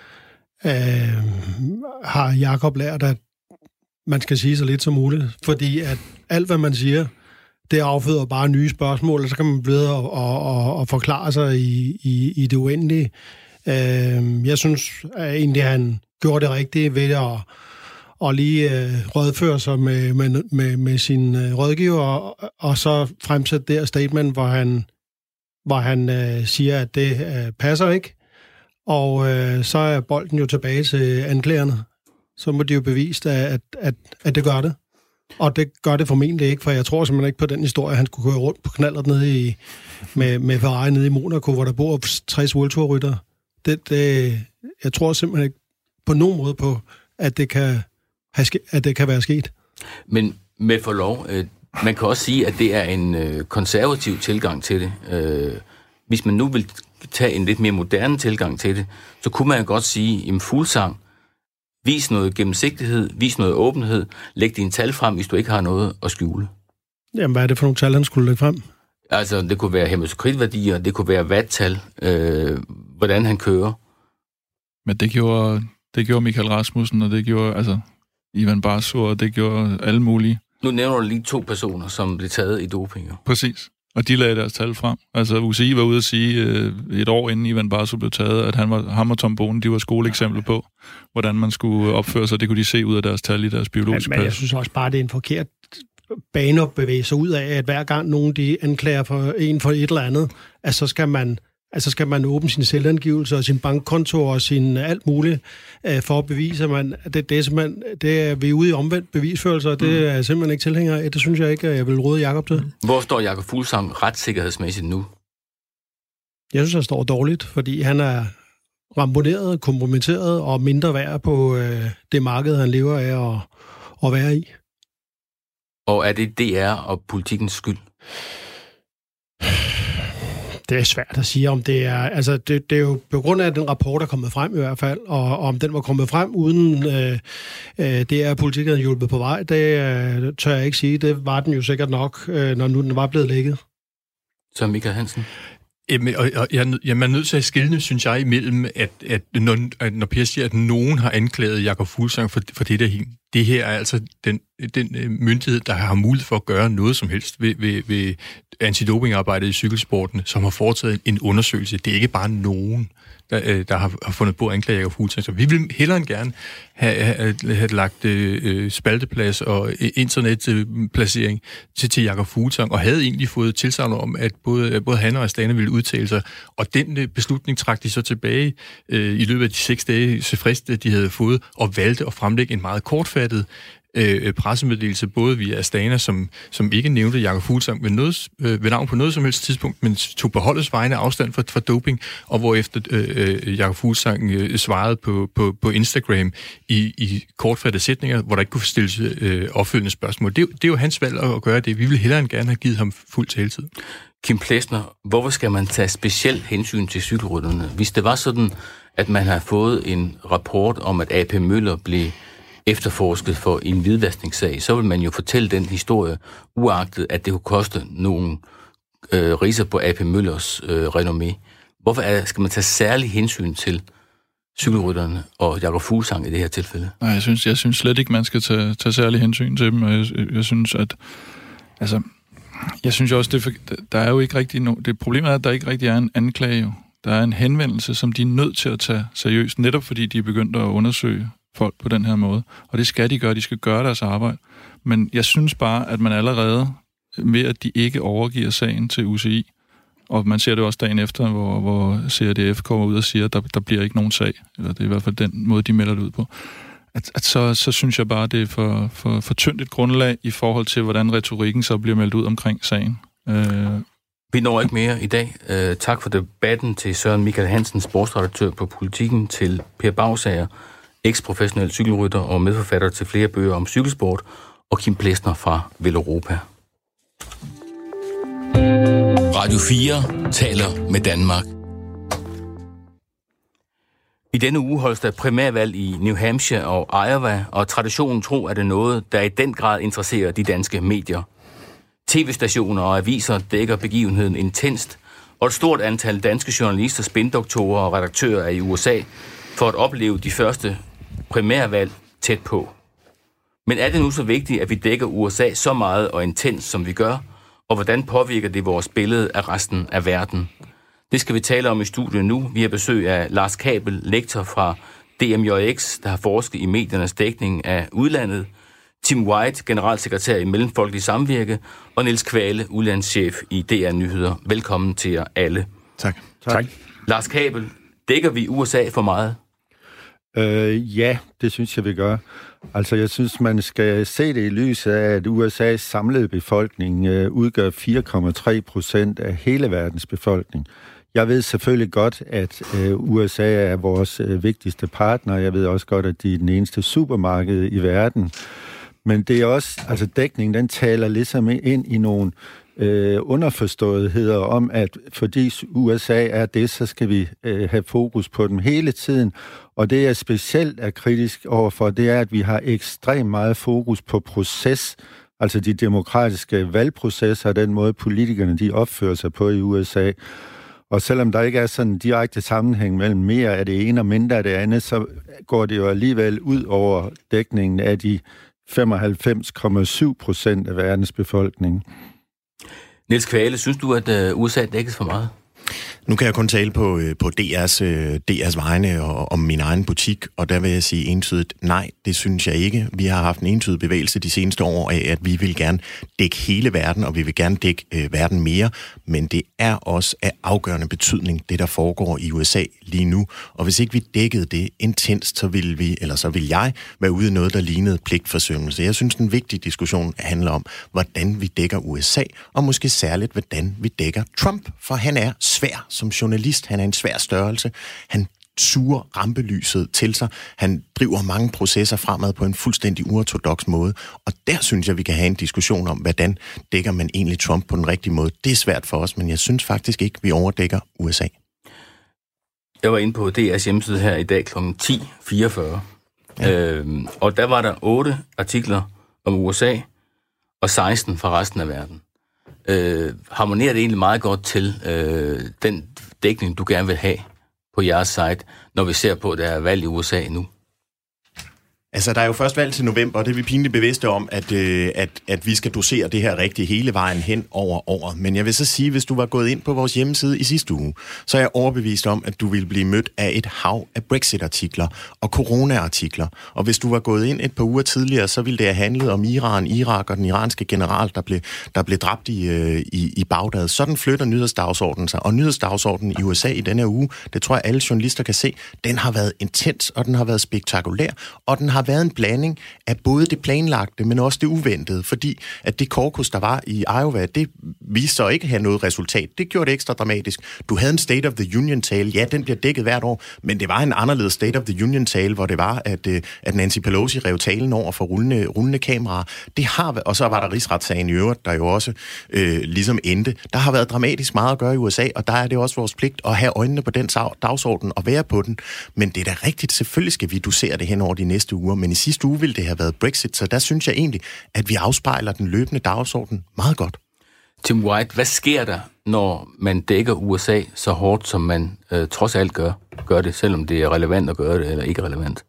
øh, har Jakob lært, at man skal sige så lidt som muligt. Fordi at alt, hvad man siger, det afføder bare nye spørgsmål, og så kan man blive og, og, og, og forklare sig i, i, i det uendelige. Øh, jeg synes at egentlig, at han gjorde det rigtige ved at og lige øh, rådføre sig med, med, med, med sin øh, rådgiver, og, og så fremsætte det her statement, hvor han, hvor han øh, siger, at det øh, passer ikke. Og øh, så er bolden jo tilbage til anklagerne. Så må de jo bevise, at, at, at det gør det. Og det gør det formentlig ikke, for jeg tror simpelthen ikke på den historie, han skulle køre rundt på knallert nede i, med, med Ferrari nede i Monaco, hvor der bor tres World Tour-ryttere. Det, det, jeg tror simpelthen ikke på nogen måde på, at det kan, at det kan være sket. Men med forlov, øh, man kan også sige, at det er en øh, konservativ tilgang til det. Øh, hvis man nu vil tage en lidt mere moderne tilgang til det, så kunne man godt sige, at Fuglsang, vis noget gennemsigtighed, vis noget åbenhed, læg dine tal frem, hvis du ikke har noget at skjule. Jamen, hvad er det for nogle tal, han skulle lægge frem? Altså, det kunne være hematokritværdier, det kunne være watt-tal, øh, hvordan han kører. Men det gjorde, det gjorde Michael Rasmussen, og det gjorde altså Ivan Barzo, og det gjorde alle mulige. Nu nævner du lige to personer, som blev taget i dopinger. Præcis. Og de lagde deres tal frem. Altså, U C I var ude at sige øh, et år inden Ivan Barzo blev taget, at han var, ham og Tom Bonen, de var skoleeksempler på, hvordan man skulle opføre sig. Det kunne de se ud af deres tal i deres biologiske pas. Men jeg synes også bare, det er en forkert bane at bevæge sig ud af, at hver gang nogen de anklager for en for et eller andet, at så skal man, altså skal man åbne sin selvangivelse og sin bankkonto og sin alt muligt øh, for at bevise, at man, det, det er simpelthen, det er vi er ude i omvendt bevisførelser, og det mm. er simpelthen ikke tilhænger af. Det synes jeg ikke, at jeg vil råde Jakob til. Hvor står Jakob Fuglsang retssikkerhedsmæssigt nu? Jeg synes, han står dårligt, fordi han er ramponeret, kompromitteret og mindre værd på øh, det marked, han lever af at, at være i. Og er det D R og politikens skyld? Det er svært at sige, om det er... Altså, det, det er jo på grund af, at den rapport er kommet frem i hvert fald, og, og om den var kommet frem uden øh, øh, det er politikerne hjulpet på vej, det øh, tør jeg ikke sige. Det var den jo sikkert nok, øh, når nu den var blevet lækket. Så Michael Hansen? Jamen, og, og jeg, jeg, man er nødt til at skille, synes jeg, imellem, at, at når, at når Per siger, at nogen har anklaget Jakob Fuglsang for, for det der, det her er altså den, den myndighed, der har mulighed for at gøre noget som helst ved, ved, ved antidopingarbejdet i cykelsporten, som har foretaget en undersøgelse. Det er ikke bare nogen, der, der har, har fundet på at anklage Jakob Fuglsang. Så vi vil hellere end gerne have, have, have lagt øh, spalteplads og internetplacering til, til Jakob Fuglsang, og havde egentlig fået tilsagn om, at både, både han og Astana ville udtale sig. Og den øh, beslutning trak de så tilbage øh, i løbet af de seks dage frist, de havde fået, og valgte at fremlægge en meget kortfattet kortfattet øh, pressemeddelelse, både via Astana, som, som ikke nævnte Jakob Fuglsang ved, noget, øh, ved navn på noget som helst tidspunkt, men tog på holdets vegne afstand for, for doping, og hvorefter øh, Jakob Fuglsang øh, svarede på, på, på Instagram i, i kortfattede sætninger, hvor der ikke kunne stilles øh, opfølgende spørgsmål. Det, det er jo hans valg at gøre det. Vi ville hellere end gerne have givet ham fuld taletid. Kim Plesner, hvorfor skal man tage specielt hensyn til cykelrytterne? Hvis det var sådan, at man har fået en rapport om, at A P Møller blev efterforsket for en hvidvaskningssag, så vil man jo fortælle den historie, uagtet at det kunne koste nogle øh, riser på A P Møllers øh, renommé. Hvorfor er, skal man tage særlig hensyn til cykelrytterne og Jakob Fuglsang i det her tilfælde? Nej, jeg synes, jeg synes slet ikke, man skal tage, tage særlig hensyn til dem. Jeg, jeg synes, at altså, jeg synes også, det, der er jo ikke rigtig no, det problemet er, at der ikke rigtig er en anklage. Jo. Der er en henvendelse, som de er nødt til at tage seriøst, netop fordi de er begyndt at undersøge folk på den her måde. Og det skal de gøre, de skal gøre deres arbejde. Men jeg synes bare, at man allerede, ved at de ikke overgiver sagen til U C I, og man ser det også dagen efter, hvor, hvor C R D F kommer ud og siger, at der, der bliver ikke nogen sag, eller det er i hvert fald den måde, de melder det ud på, at, at så, så synes jeg bare, det er for, for, for tyndt et grundlag i forhold til, hvordan retorikken så bliver meldt ud omkring sagen. Øh, Vi når ikke mere i dag. Uh, tak for debatten til Søren Michael Hansen, sportsredaktør på Politikken, til Per Bagsager, eks-professionel cykelrytter og medforfatter til flere bøger om cykelsport, og Kim Plesner fra Veloropa. Radio fire taler med Danmark. I denne uge holdes der primærvalg i New Hampshire og Iowa, og traditionen tro er det noget, der i den grad interesserer de danske medier. T V-stationer og aviser dækker begivenheden intenst, og et stort antal danske journalister, spindoktorer og redaktører er i U S A for at opleve de første primærvalg tæt på. Men er det nu så vigtigt, at vi dækker U S A så meget og intens, som vi gør, og hvordan påvirker det vores billede af resten af verden? Det skal vi tale om i studiet nu. Vi har besøg af Lars Kabel, lektor fra D M J X, der har forsket i mediernes dækning af udlandet, Tim White, generalsekretær i Mellemfolkelig Samvirke, og Niels Kvale, udlandschef i D R Nyheder. Velkommen til jer alle. Tak. tak. Lars Kabel, dækker vi U S A for meget? Øh, ja, det synes jeg, vi gør. Altså, jeg synes, man skal se det i lyset af, at U S A's samlede befolkning øh, udgør fire komma tre procent af hele verdens befolkning. Jeg ved selvfølgelig godt, at øh, U S A er vores øh, vigtigste partner. Jeg ved også godt, at de er den eneste supermarked i verden. Men det er også, altså dækningen, den taler ligesom ind i nogle øh, underforståetheder om, at fordi U S A er det, så skal vi øh, have fokus på dem hele tiden. Og det, jeg specielt er kritisk overfor, det er, at vi har ekstremt meget fokus på proces, altså de demokratiske valgprocesser, og den måde politikerne de opfører sig på i U S A. Og selvom der ikke er sådan en direkte sammenhæng mellem mere af det ene og mindre af det andet, så går det jo alligevel ud over dækningen af de femoghalvfems komma syv procent af verdens befolkning. Niels Kvale, synes du, at U S A dækkes for meget? Nu kan jeg kun tale på, på D R's, D R's vegne og om min egen butik, og der vil jeg sige entydigt, nej, det synes jeg ikke. Vi har haft en entydig bevægelse de seneste år af, at vi vil gerne dække hele verden, og vi vil gerne dække øh, verden mere, men det er også af afgørende betydning, det der foregår i U S A lige nu. Og hvis ikke vi dækkede det intenst, så ville vi, eller så ville jeg, være ude i noget, der lignede pligtforsømmelse. Jeg synes, den vigtige diskussion handler om, hvordan vi dækker U S A, og måske særligt, hvordan vi dækker Trump, for han er svær som journalist. Han er en svær størrelse. Han suger rampelyset til sig. Han driver mange processer fremad på en fuldstændig uortodoks måde. Og der synes jeg, vi kan have en diskussion om, hvordan dækker man egentlig Trump på den rigtige måde. Det er svært for os, men jeg synes faktisk ikke, vi overdækker U S A. Jeg var inde på D R's hjemmeside her i dag klokken ti fireogfyrre. Ja. Øhm, og der var der otte artikler om U S A og seksten fra resten af verden. Øh, harmonerer det egentlig meget godt til øh, den dækning, du gerne vil have på jeres site, når vi ser på, at der er valg i U S A nu? Altså, der er jo først valg til november, og det er vi pinligt bevidste om, at, øh, at, at vi skal dosere det her rigtigt hele vejen hen over året. Men jeg vil så sige, hvis du var gået ind på vores hjemmeside i sidste uge, så er jeg overbevist om, at du ville blive mødt af et hav af Brexit-artikler og corona-artikler. Og hvis du var gået ind et par uger tidligere, så ville det have handlet om Iran, Irak og den iranske general, der blev, der blev dræbt i, øh, i, i Bagdad. Sådan flytter nyhedsdagsordenen sig. Og nyhedsdagsordenen i U S A i denne uge, det tror jeg alle journalister kan se, den har været intens, og den har været spektakulær, og den har har været en blanding af både det planlagte, men også det uventede, fordi at det caucus, der var i Iowa, det viste sig ikke at have noget resultat. Det gjorde det ekstra dramatisk. Du havde en State of the Union-tale, ja, den bliver dækket hvert år, men det var en anderledes State of the Union-tale, hvor det var, at, at Nancy Pelosi rev talen over for rullende, rullende kameraer. Det har, og så var der rigsretssagen i øvrigt, der jo også øh, ligesom endte. Der har været dramatisk meget at gøre i U S A, og der er det også vores pligt at have øjnene på den dagsorden og være på den. Men det er da rigtigt, selvfølgelig skal vi dosere det hen over de næste uger, men i sidste uge ville det have været Brexit, så der synes jeg egentlig, at vi afspejler den løbende dagsorden meget godt. Tim White, hvad sker der, når man dækker U S A så hårdt, som man øh, trods alt gør, gør det, selvom det er relevant at gøre det, eller ikke relevant?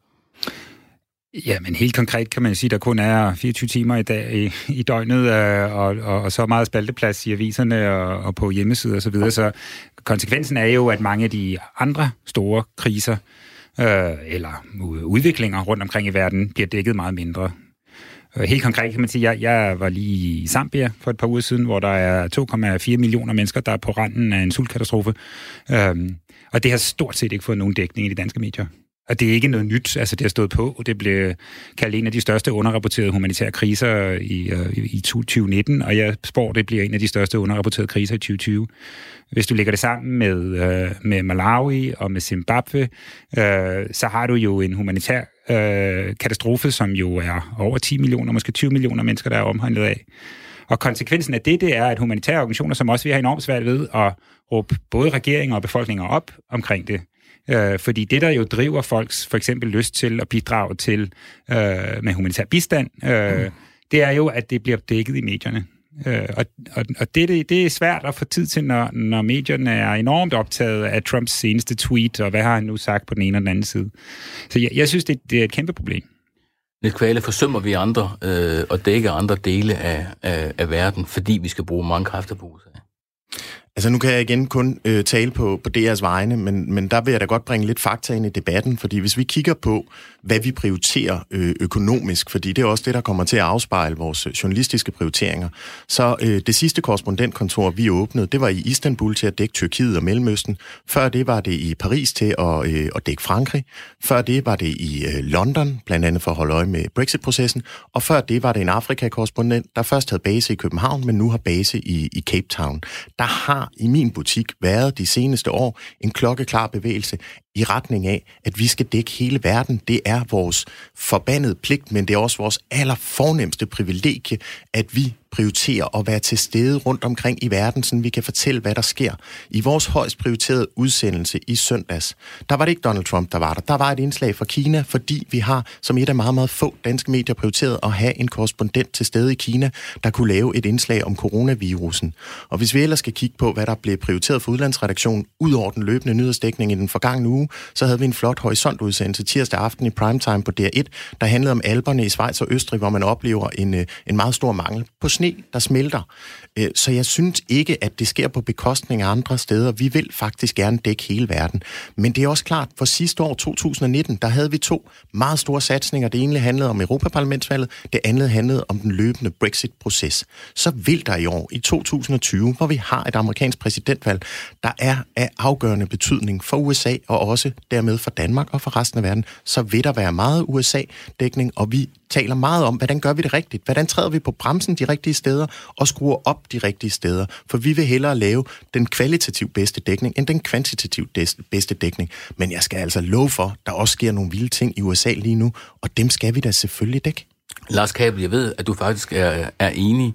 Ja, men helt konkret kan man sige, at der kun er fireogtyve timer i, dag, i, i døgnet, øh, og, og, og så meget spalteplads i aviserne og, og på hjemmesider osv., så, videre. Så konsekvensen er jo, at mange af de andre store kriser, øh, eller udviklinger rundt omkring i verden, bliver dækket meget mindre. Helt konkret kan man sige, at jeg, jeg var lige i Zambia for et par uger siden, hvor der er to komma fire millioner mennesker, der er på randen af en sultkatastrofe. Øhm, og det har stort set ikke fået nogen dækning i de danske medier. Og det er ikke noget nyt, altså det har stået på. Det blev kaldt en af de største underrapporterede humanitære kriser i, uh, i tyve nitten, og jeg spår, det bliver en af de største underrapporterede kriser i tyve tyve. Hvis du lægger det sammen med, uh, med Malawi og med Zimbabwe, uh, så har du jo en humanitær uh, katastrofe, som jo er over ti millioner, måske tyve millioner mennesker, der er omhandlet af. Og konsekvensen af det, det er, at humanitære organisationer, som også vil have enormt svært ved at råbe både regeringer og befolkninger op omkring det, Øh, fordi det, der jo driver folks for eksempel lyst til at bidrage til øh, med humanitær bistand, øh, mm. det er jo, at det bliver dækket i medierne. Øh, og og, og det, det er svært at få tid til, når, når medierne er enormt optaget af Trumps seneste tweet, og hvad har han nu sagt på den ene og den anden side. Så jeg, jeg synes, det, det er et kæmpe problem. Niels Kvale, forsømmer vi andre øh, og dækker andre dele af, af, af verden, fordi vi skal bruge mange kræfter på U S A? Altså nu kan jeg igen kun øh, tale på, på D R's vegne, men, men der vil jeg da godt bringe lidt fakta ind i debatten, fordi hvis vi kigger på, hvad vi prioriterer øh, økonomisk, fordi det er også det, der kommer til at afspejle vores journalistiske prioriteringer, så øh, det sidste korrespondentkontor, vi åbnede, det var i Istanbul til at dække Tyrkiet og Mellemøsten. Før det var det i Paris til at, øh, at dække Frankrig. Før det var det i øh, London, blandt andet for at holde øje med Brexit-processen. Og før det var det en Afrika-korrespondent, der først havde base i København, men nu har base i, i Cape Town. Der har i min butik været de seneste år en klokkeklar bevægelse i retning af, at vi skal dække hele verden. Det er vores forbandede pligt, men det er også vores allerfornemste privilegie, at vi prioriterer at være til stede rundt omkring i verden, så vi kan fortælle, hvad der sker. I vores højst prioriterede udsendelse i søndags, der var det ikke Donald Trump, der var der. Der var et indslag fra Kina, fordi vi har, som et af meget, meget få danske medier, prioriteret at have en korrespondent til stede i Kina, der kunne lave et indslag om coronavirusen. Og hvis vi ellers skal kigge på, hvad der blev prioriteret for udlandsredaktionen, ud over den løbende nyhedsdækning i den forgangne uge, så havde vi en flot horisontudsendelse tirsdag aften i primetime på D R et, der handlede om Alperne i Schweiz og Østrig, hvor man oplever en, en meget stor mangel på sne, der smelter. Så jeg synes ikke, at det sker på bekostning af andre steder. Vi vil faktisk gerne dække hele verden. Men det er også klart, for sidste år, to tusind nitten, der havde vi to meget store satsninger. Det ene handlede om Europaparlamentsvalget, det andet handlede om den løbende Brexit-proces. Så vil der i år, i to tusind tyve, hvor vi har et amerikansk præsidentvalg, der er af afgørende betydning for U S A, og også dermed for Danmark og for resten af verden, så vil der være meget U S A-dækning, og vi taler meget om, hvordan gør vi det rigtigt? Hvordan træder vi på bremsen de rigtige steder og skruer op de rigtige steder? For vi vil hellere lave den kvalitativt bedste dækning, end den kvantitativt bedste dækning. Men jeg skal altså love for, der også sker nogle vilde ting i U S A lige nu, og dem skal vi da selvfølgelig dække. Lars Kabel, jeg ved, at du faktisk er, er enig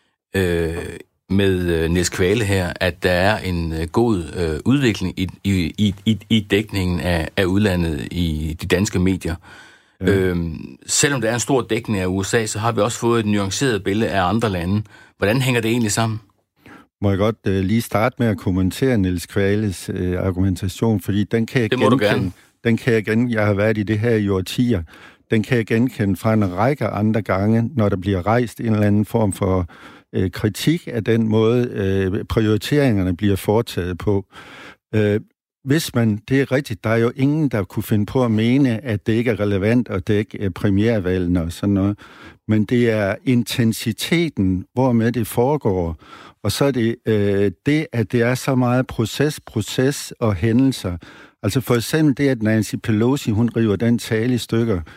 øh, med Niels Kvale her, at der er en øh, god øh, udvikling i, i, i, i dækningen af, af udlandet i de danske medier. Ja. Øhm, selvom der er en stor dækning af U S A, så har vi også fået et nuanceret billede af andre lande. Hvordan hænger det egentlig sammen? Må jeg godt øh, lige starte med at kommentere Niels Kvales øh, argumentation, fordi den kan jeg det må genkende. Du gerne. Den kan jeg genkende. Jeg har været i det her i årtier. Den kan jeg genkende fra en række andre gange, når der bliver rejst en eller anden form for øh, kritik af den måde, øh, prioriteringerne bliver foretaget på. Øh, Hvis man, det er rigtigt, der er jo ingen, der kunne finde på at mene, at det ikke er relevant at dække premiervalgene og sådan noget. Men det er intensiteten, hvormed det foregår. Og så er det øh, det, at det er så meget proces, proces og hændelser. Altså for eksempel det, at Nancy Pelosi, hun river den tale i stykker.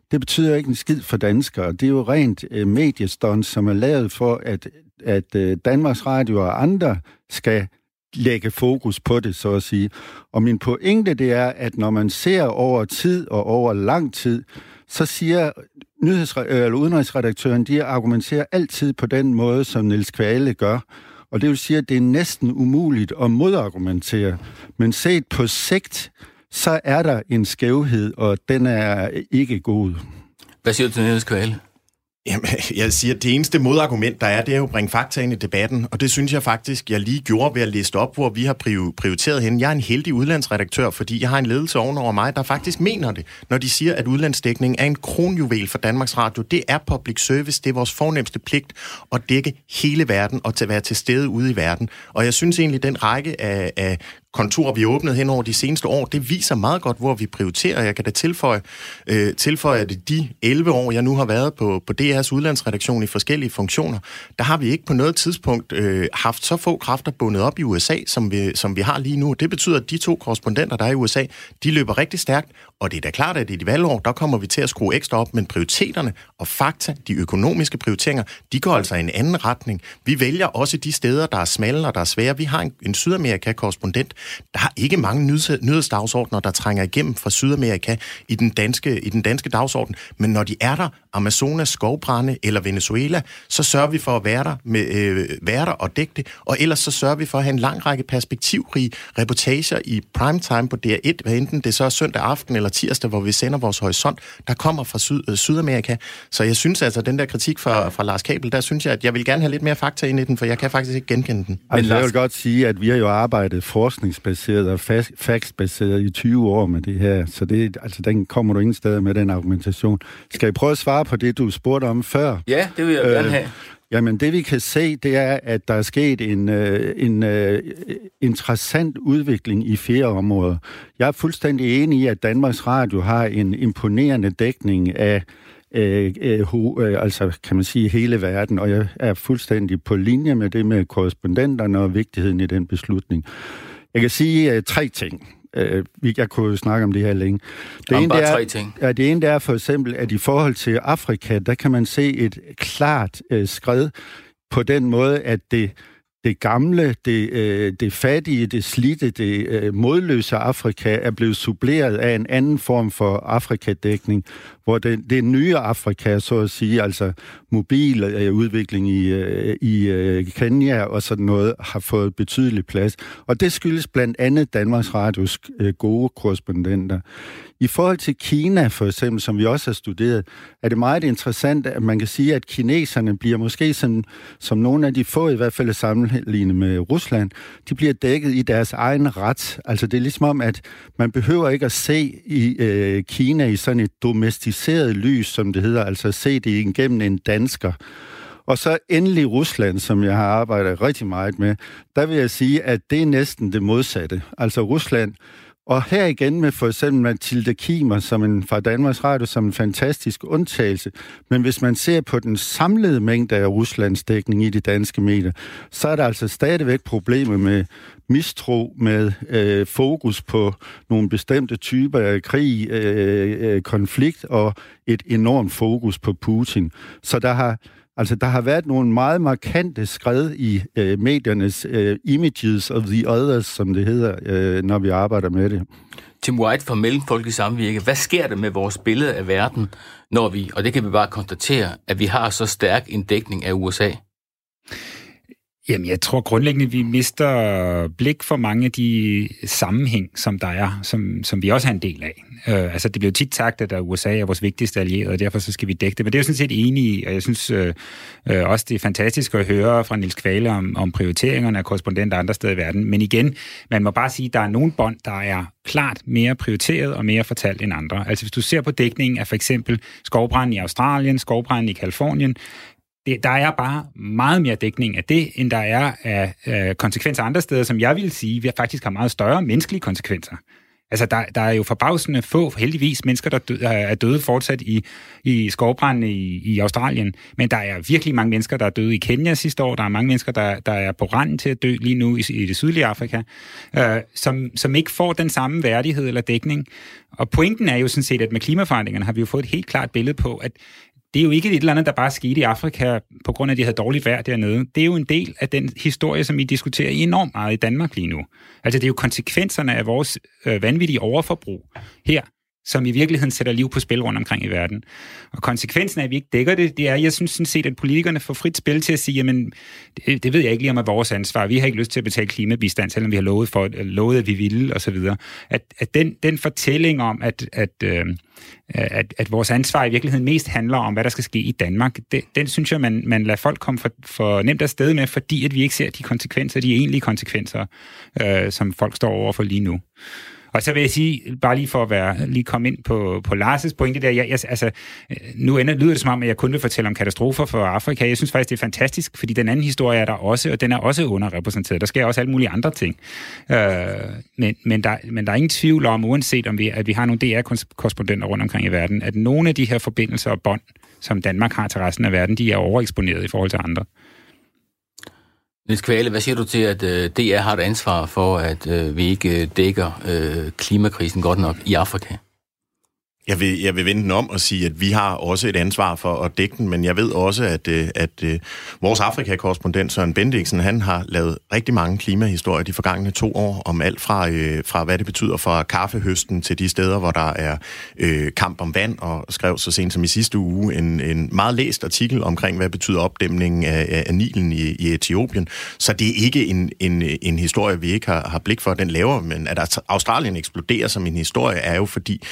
det betyder ikke en skid for danskere. Det er jo rent øh, mediestånd, som er lavet for, at, at øh, Danmarks Radio og andre skal lægge fokus på det, så at sige. Og min pointe, det er, at når man ser over tid og over lang tid, så siger nyheds- eller udenrigsredaktøren, de argumenterer altid på den måde, som Niels Kvale gør. Og det vil sige, at det er næsten umuligt at modargumentere. Men set på sigt, så er der en skævhed, og den er ikke god. Hvad siger du til Niels Kvale? Jamen, jeg siger, at det eneste modargument, der er, det er jo at bringe fakta ind i debatten, og det synes jeg faktisk, jeg lige gjorde ved at læse op, hvor vi har prioriteret hen. Jeg er en heldig udlandsredaktør, fordi jeg har en ledelse ovenover mig, der faktisk mener det, når de siger, at udlandsdækning er en kronjuvel for Danmarks Radio. Det er public service, det er vores fornemste pligt at dække hele verden og til at være til stede ude i verden. Og jeg synes egentlig, den række af, af kontorer, vi har åbnet hen over de seneste år, det viser meget godt, hvor vi prioriterer. Jeg kan da tilføje, øh, tilføje at de elleve år, jeg nu har været på, på D R's udlandsredaktion i forskellige funktioner, der har vi ikke på noget tidspunkt øh, haft så få kræfter bundet op i U S A, som vi, som vi har lige nu. Det betyder, at de to korrespondenter, der er i U S A, de løber rigtig stærkt, og det er da klart, at i de valgår, der kommer vi til at skrue ekstra op, men prioriteterne og fakta, de økonomiske prioriteringer, de går altså i en anden retning. Vi vælger også de steder, der er smalle og der er svære. Vi har en, en Sydamerika-korrespondent. Der er ikke mange nyhedsdagsordner, der trænger igennem fra Sydamerika i den danske, i den danske dagsorden, men når de er der, Amazonas, skovbrande eller Venezuela, så sørger vi for at være der, med, øh, være der og dække det, og ellers så sørger vi for at have en lang række perspektivrige reportager i primetime på D R et, hvad enten det så er søndag aften eller tirsdag, hvor vi sender vores horisont, der kommer fra Syd, øh, Sydamerika. Så jeg synes altså, den der kritik fra, fra Lars Kabel, der synes jeg, at jeg vil gerne have lidt mere fakta ind i den, for jeg kan faktisk ikke genkende den. Altså, men jeg vil godt sige, at vi har jo arbejdet forskningsbaseret og factsbaseret i tyve år med det her, så det, altså, den kommer du ingen steder med, den argumentation. Skal jeg prøve at svare på det, du spurgte om før? Ja, det vil jeg øh, gerne have. Jamen, det vi kan se, det er, at der er sket en, øh, en øh, interessant udvikling i flere områder. Jeg er fuldstændig enig i, at Danmarks Radio har en imponerende dækning af øh, øh, øh, altså kan man sige hele verden, og jeg er fuldstændig på linje med det med korrespondenterne og vigtigheden i den beslutning. Jeg kan sige uh, tre ting. Uh, jeg kunne jo snakke om det her længe. Det om ene, bare er, tre ting. Ja, det ene er for eksempel, at i forhold til Afrika, der kan man se et klart uh, skred på den måde, at det, det gamle, det, uh, det fattige, det slidte, det uh, modløse Afrika er blevet suppleret af en anden form for Afrikadækning, hvor det, det nye Afrika, så at sige, altså mobil øh, udvikling i, øh, i øh, Kenya og sådan noget, har fået betydelig plads. Og det skyldes blandt andet Danmarks Radios øh, gode korrespondenter. I forhold til Kina, for eksempel, som vi også har studeret, er det meget interessant, at man kan sige, at kineserne bliver måske som, som nogle af de få, i hvert fald sammenlignet med Rusland, de bliver dækket i deres egen ret. Altså det er ligesom om, at man behøver ikke at se i øh, Kina i sådan et domesticeret lys, som det hedder, altså se det igennem en dansker. Og så endelig Rusland, som jeg har arbejdet rigtig meget med, der vil jeg sige, at det er næsten det modsatte. Altså Rusland. Og her igen med for eksempel Mathilde Kimer som en, fra Danmarks Radio som en fantastisk undtagelse. Men hvis man ser på den samlede mængde af Ruslands dækning i de danske medier, så er der altså stadigvæk problemer med mistro, med øh, fokus på nogle bestemte typer af krig, øh, øh, konflikt og et enormt fokus på Putin. Så der har Altså, der har været nogle meget markante skred i øh, mediernes øh, images of the others, som det hedder, øh, når vi arbejder med det. Tim White fra Mellemfolkeligt Samvirke. Hvad sker der med vores billede af verden, når vi, og det kan vi bare konstatere, at vi har så stærk en dækning af U S A? Jamen, jeg tror grundlæggende, vi mister blik for mange af de sammenhæng, som der er, som, som vi også har en del af. Uh, altså, det bliver jo tit sagt, at U S A er vores vigtigste allierede, og derfor så skal vi dække det. Men det er jo sådan set enig i, og jeg synes uh, uh, også, det er fantastisk at høre fra Niels Kvale om, om prioriteringerne af korrespondenter andre steder i verden. Men igen, man må bare sige, at der er nogle bånd, der er klart mere prioriteret og mere fortalt end andre. Altså, hvis du ser på dækningen af for eksempel skovbranden i Australien, skovbranden i Kalifornien, Det, der er bare meget mere dækning af det, end der er af, af konsekvenser andre steder, som jeg vil sige, vi faktisk har meget større menneskelige konsekvenser. Altså, der, der er jo forbavsende få, heldigvis, mennesker, der dø, er døde fortsat i, i skovbrandene i, i Australien. Men der er virkelig mange mennesker, der er døde i Kenya sidste år. Der er mange mennesker, der, der er på randen til at dø lige nu i, i det sydlige Afrika, øh, som, som ikke får den samme værdighed eller dækning. Og pointen er jo sådan set, at med klimaforandringerne har vi jo fået et helt klart billede på, at det er jo ikke et eller andet, der bare skete i Afrika, på grund af, at de havde dårligt vejr dernede. Det er jo en del af den historie, som vi diskuterer enormt meget i Danmark lige nu. Altså, det er jo konsekvenserne af vores øh, vanvittige overforbrug her, som i virkeligheden sætter liv på spil rundt omkring i verden. Og konsekvensen af, at vi ikke dækker det, det er, jeg synes sådan set, at politikerne får frit spil til at sige, jamen, det, det ved jeg ikke lige om er vores ansvar. Vi har ikke lyst til at betale klimabistand, selvom vi har lovet, for, lovet at vi ville, og så videre. At, at den, den fortælling om, at, at, øh, at, at vores ansvar i virkeligheden mest handler om, hvad der skal ske i Danmark, det, den synes jeg, man, man lader folk komme for, for nemt afsted med, fordi at vi ikke ser de konsekvenser, de egentlige konsekvenser, øh, som folk står over for lige nu. Og så vil jeg sige, bare lige for at være, lige komme ind på, på Lars' pointe der, jeg, jeg, altså, nu ender, lyder det som om, at jeg kun vil fortælle om katastrofer for Afrika. Jeg synes faktisk, det er fantastisk, fordi den anden historie er der også, og den er også underrepræsenteret. Der sker også alle mulige andre ting. Øh, men, men, der, men der er ingen tvivl om, uanset om vi, at vi har nogle D R-korrespondenter rundt omkring i verden, at nogle af de her forbindelser og bånd, som Danmark har til resten af verden, de er overeksponeret i forhold til andre. Niels Kvale, hvad siger du til, at øh, D R har et ansvar for, at øh, vi ikke dækker øh, klimakrisen godt nok i Afrika? Jeg vil, jeg vil vende den om og sige, at vi har også et ansvar for at dække den, men jeg ved også, at, at, at vores Afrika-korrespondent Søren Bendiksen, han har lavet rigtig mange klimahistorier de forgangne to år, om alt fra, fra hvad det betyder for kaffehøsten til de steder, hvor der er øh, kamp om vand, og skrev så sent som i sidste uge en, en meget læst artikel omkring, hvad betyder opdæmningen af, af Nilen i, i Etiopien. Så det er ikke en, en, en historie, vi ikke har, har blik for, den laver, men at Australien eksploderer som en historie, er jo fordi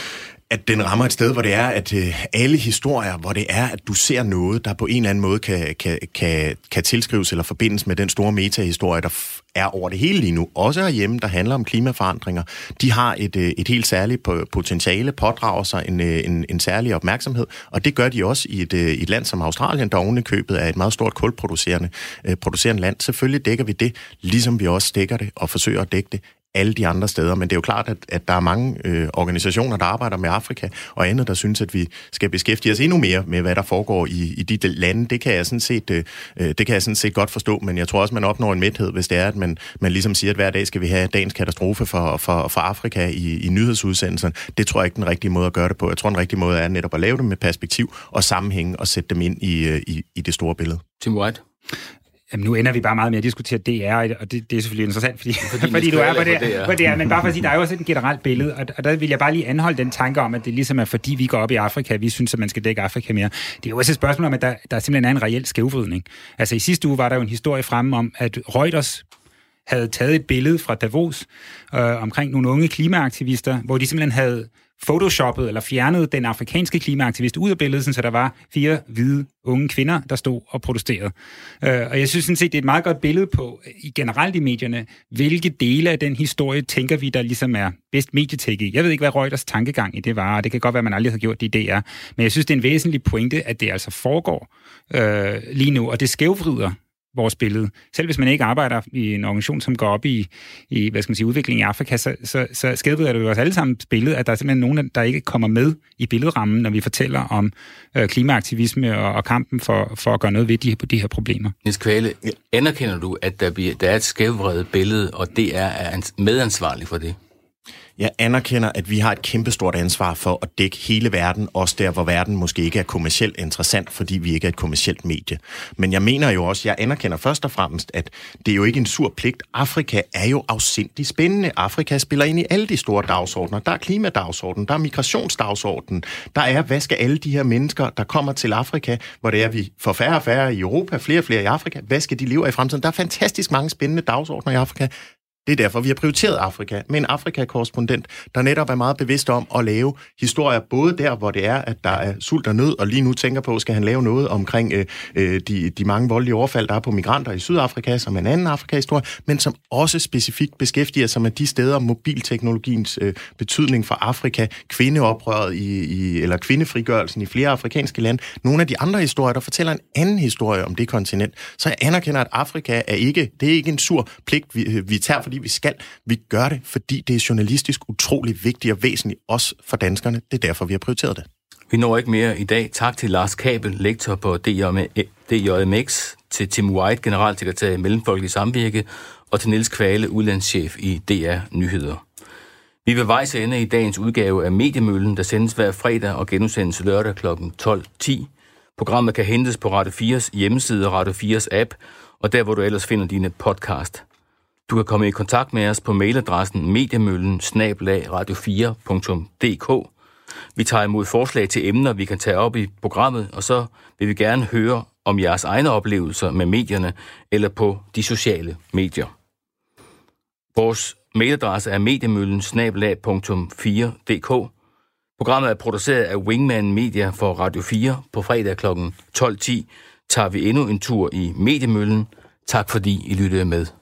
at den rammer et sted, hvor det er, at øh, alle historier, hvor det er, at du ser noget, der på en eller anden måde kan, kan, kan, kan tilskrives eller forbindes med den store metahistorie, der f- er over det hele lige nu. Også herhjemme, der handler om klimaforandringer. De har et, øh, et helt særligt potentiale, pådrager sig en, øh, en, en særlig opmærksomhed, og det gør de også i et, øh, et land som Australien, der ovenikøbet er et meget stort kulproducerende øh, producerende land. Selvfølgelig dækker vi det, ligesom vi også dækker det og forsøger at dække det alle de andre steder, men det er jo klart, at, at der er mange øh, organisationer, der arbejder med Afrika og andet, der synes, at vi skal beskæftige os endnu mere med, hvad der foregår i, i de lande. Det kan jeg sådan set, øh, det kan jeg sådan set godt forstå, men jeg tror også, man opnår en mæthed, hvis det er, at man, man ligesom siger, at hver dag skal vi have dagens katastrofe for, for, for Afrika i, i nyhedsudsendelserne. Det tror jeg ikke den rigtige måde at gøre det på. Jeg tror, den rigtige måde er netop at lave det med perspektiv og sammenhæng og sætte dem ind i, i, i det store billede. Tim White? Jamen, nu ender vi bare meget med at diskutere D R, og det, det er selvfølgelig interessant, fordi, fordi, fordi du er på det, på det her. Men bare for at sige, der er jo også et generelt billede, og, og der vil jeg bare lige anholde den tanke om, at det ligesom er, fordi vi går op i Afrika, vi synes, at man skal dække Afrika mere. Det er jo også et spørgsmål om, at der, der simpelthen er en reel skævvridning. Altså i sidste uge var der jo en historie fremme om, at Reuters havde taget et billede fra Davos øh, omkring nogle unge klimaaktivister, hvor de simpelthen havde photoshoppet eller fjernet den afrikanske klimaaktivist ud af billedet, så der var fire hvide unge kvinder, der stod og protesterede. Øh, og jeg synes sådan set, det er et meget godt billede på, i generelt i medierne, hvilke dele af den historie tænker vi, der ligesom er bedst medietæk i. Jeg ved ikke, hvad Reuters tankegang i det var, og det kan godt være, at man aldrig har gjort det i D R, men jeg synes, det er en væsentlig pointe, at det altså foregår øh, lige nu, og det skævvrider vores billede. Selv hvis man ikke arbejder i en organisation, som går op i, i hvad skal man sige, udvikling i Afrika, så, så, så skævvrider det jo også alle sammen billede, at der er simpelthen nogen, der ikke kommer med i billedrammen, når vi fortæller om øh, klimaaktivisme og, og kampen for, for at gøre noget ved de, de her problemer. Niels Kvale, anerkender du, at der, bliver, der er et skævvredet billede, og det er medansvarlig for det? Jeg anerkender, at vi har et kæmpestort ansvar for at dække hele verden, også der, hvor verden måske ikke er kommercielt interessant, fordi vi ikke er et kommercielt medie. Men jeg mener jo også, jeg anerkender først og fremmest, at det er jo ikke en sur pligt. Afrika er jo afsindig spændende. Afrika spiller ind i alle de store dagsordner. Der er klimadagsordenen, der er migrationsdagsordenen, der er, hvad skal alle de her mennesker, der kommer til Afrika, hvor det er, vi får færre og færre i Europa, flere og flere i Afrika, hvad skal de leve af i fremtiden? Der er fantastisk mange spændende dagsordner i Afrika. Det er derfor, vi har prioriteret Afrika med en Afrika-korrespondent, der netop er meget bevidst om at lave historier, både der, hvor det er, at der er sult og nød, og lige nu tænker på, skal han lave noget omkring øh, de, de mange voldelige overfald, der er på migranter i Sydafrika, som en anden Afrika-historie, men som også specifikt beskæftiger sig med de steder, mobilteknologiens øh, betydning for Afrika, kvindeoprøret i, i, eller kvindefrigørelsen i flere afrikanske lande. Nogle af de andre historier, der fortæller en anden historie om det kontinent. Så jeg anerkender, at Afrika er ikke, det er ikke en sur pligt, vi, vi tager, fordi fordi vi skal. Vi gør det, fordi det er journalistisk utrolig vigtigt og væsentligt, også for danskerne. Det er derfor, vi har prioriteret det. Vi når ikke mere i dag. Tak til Lars Kabel, lektor på D J M X, til Tim White, generalsekretær i Mellemfolkelig Samvirke, og til Niels Kvale, udlandschef i D R Nyheder. Vi vil vejs ende i dagens udgave af Mediemøllen, der sendes hver fredag og genudsendes lørdag kl. tolv ti. Programmet kan hentes på Radio fires hjemmeside og Radio fires app, og der, hvor du ellers finder dine podcast. Du kan komme i kontakt med os på mailadressen mediemøllen snabel-a radio fire punktum d k. Vi tager imod forslag til emner, vi kan tage op i programmet, og så vil vi gerne høre om jeres egne oplevelser med medierne eller på de sociale medier. Vores mailadresse er mediemøllen snabel-a punktum fire punktum d k. Programmet er produceret af Wingman Media for Radio fire. På fredag kl. tolv ti tager vi endnu en tur i Mediemøllen. Tak fordi I lyttede med.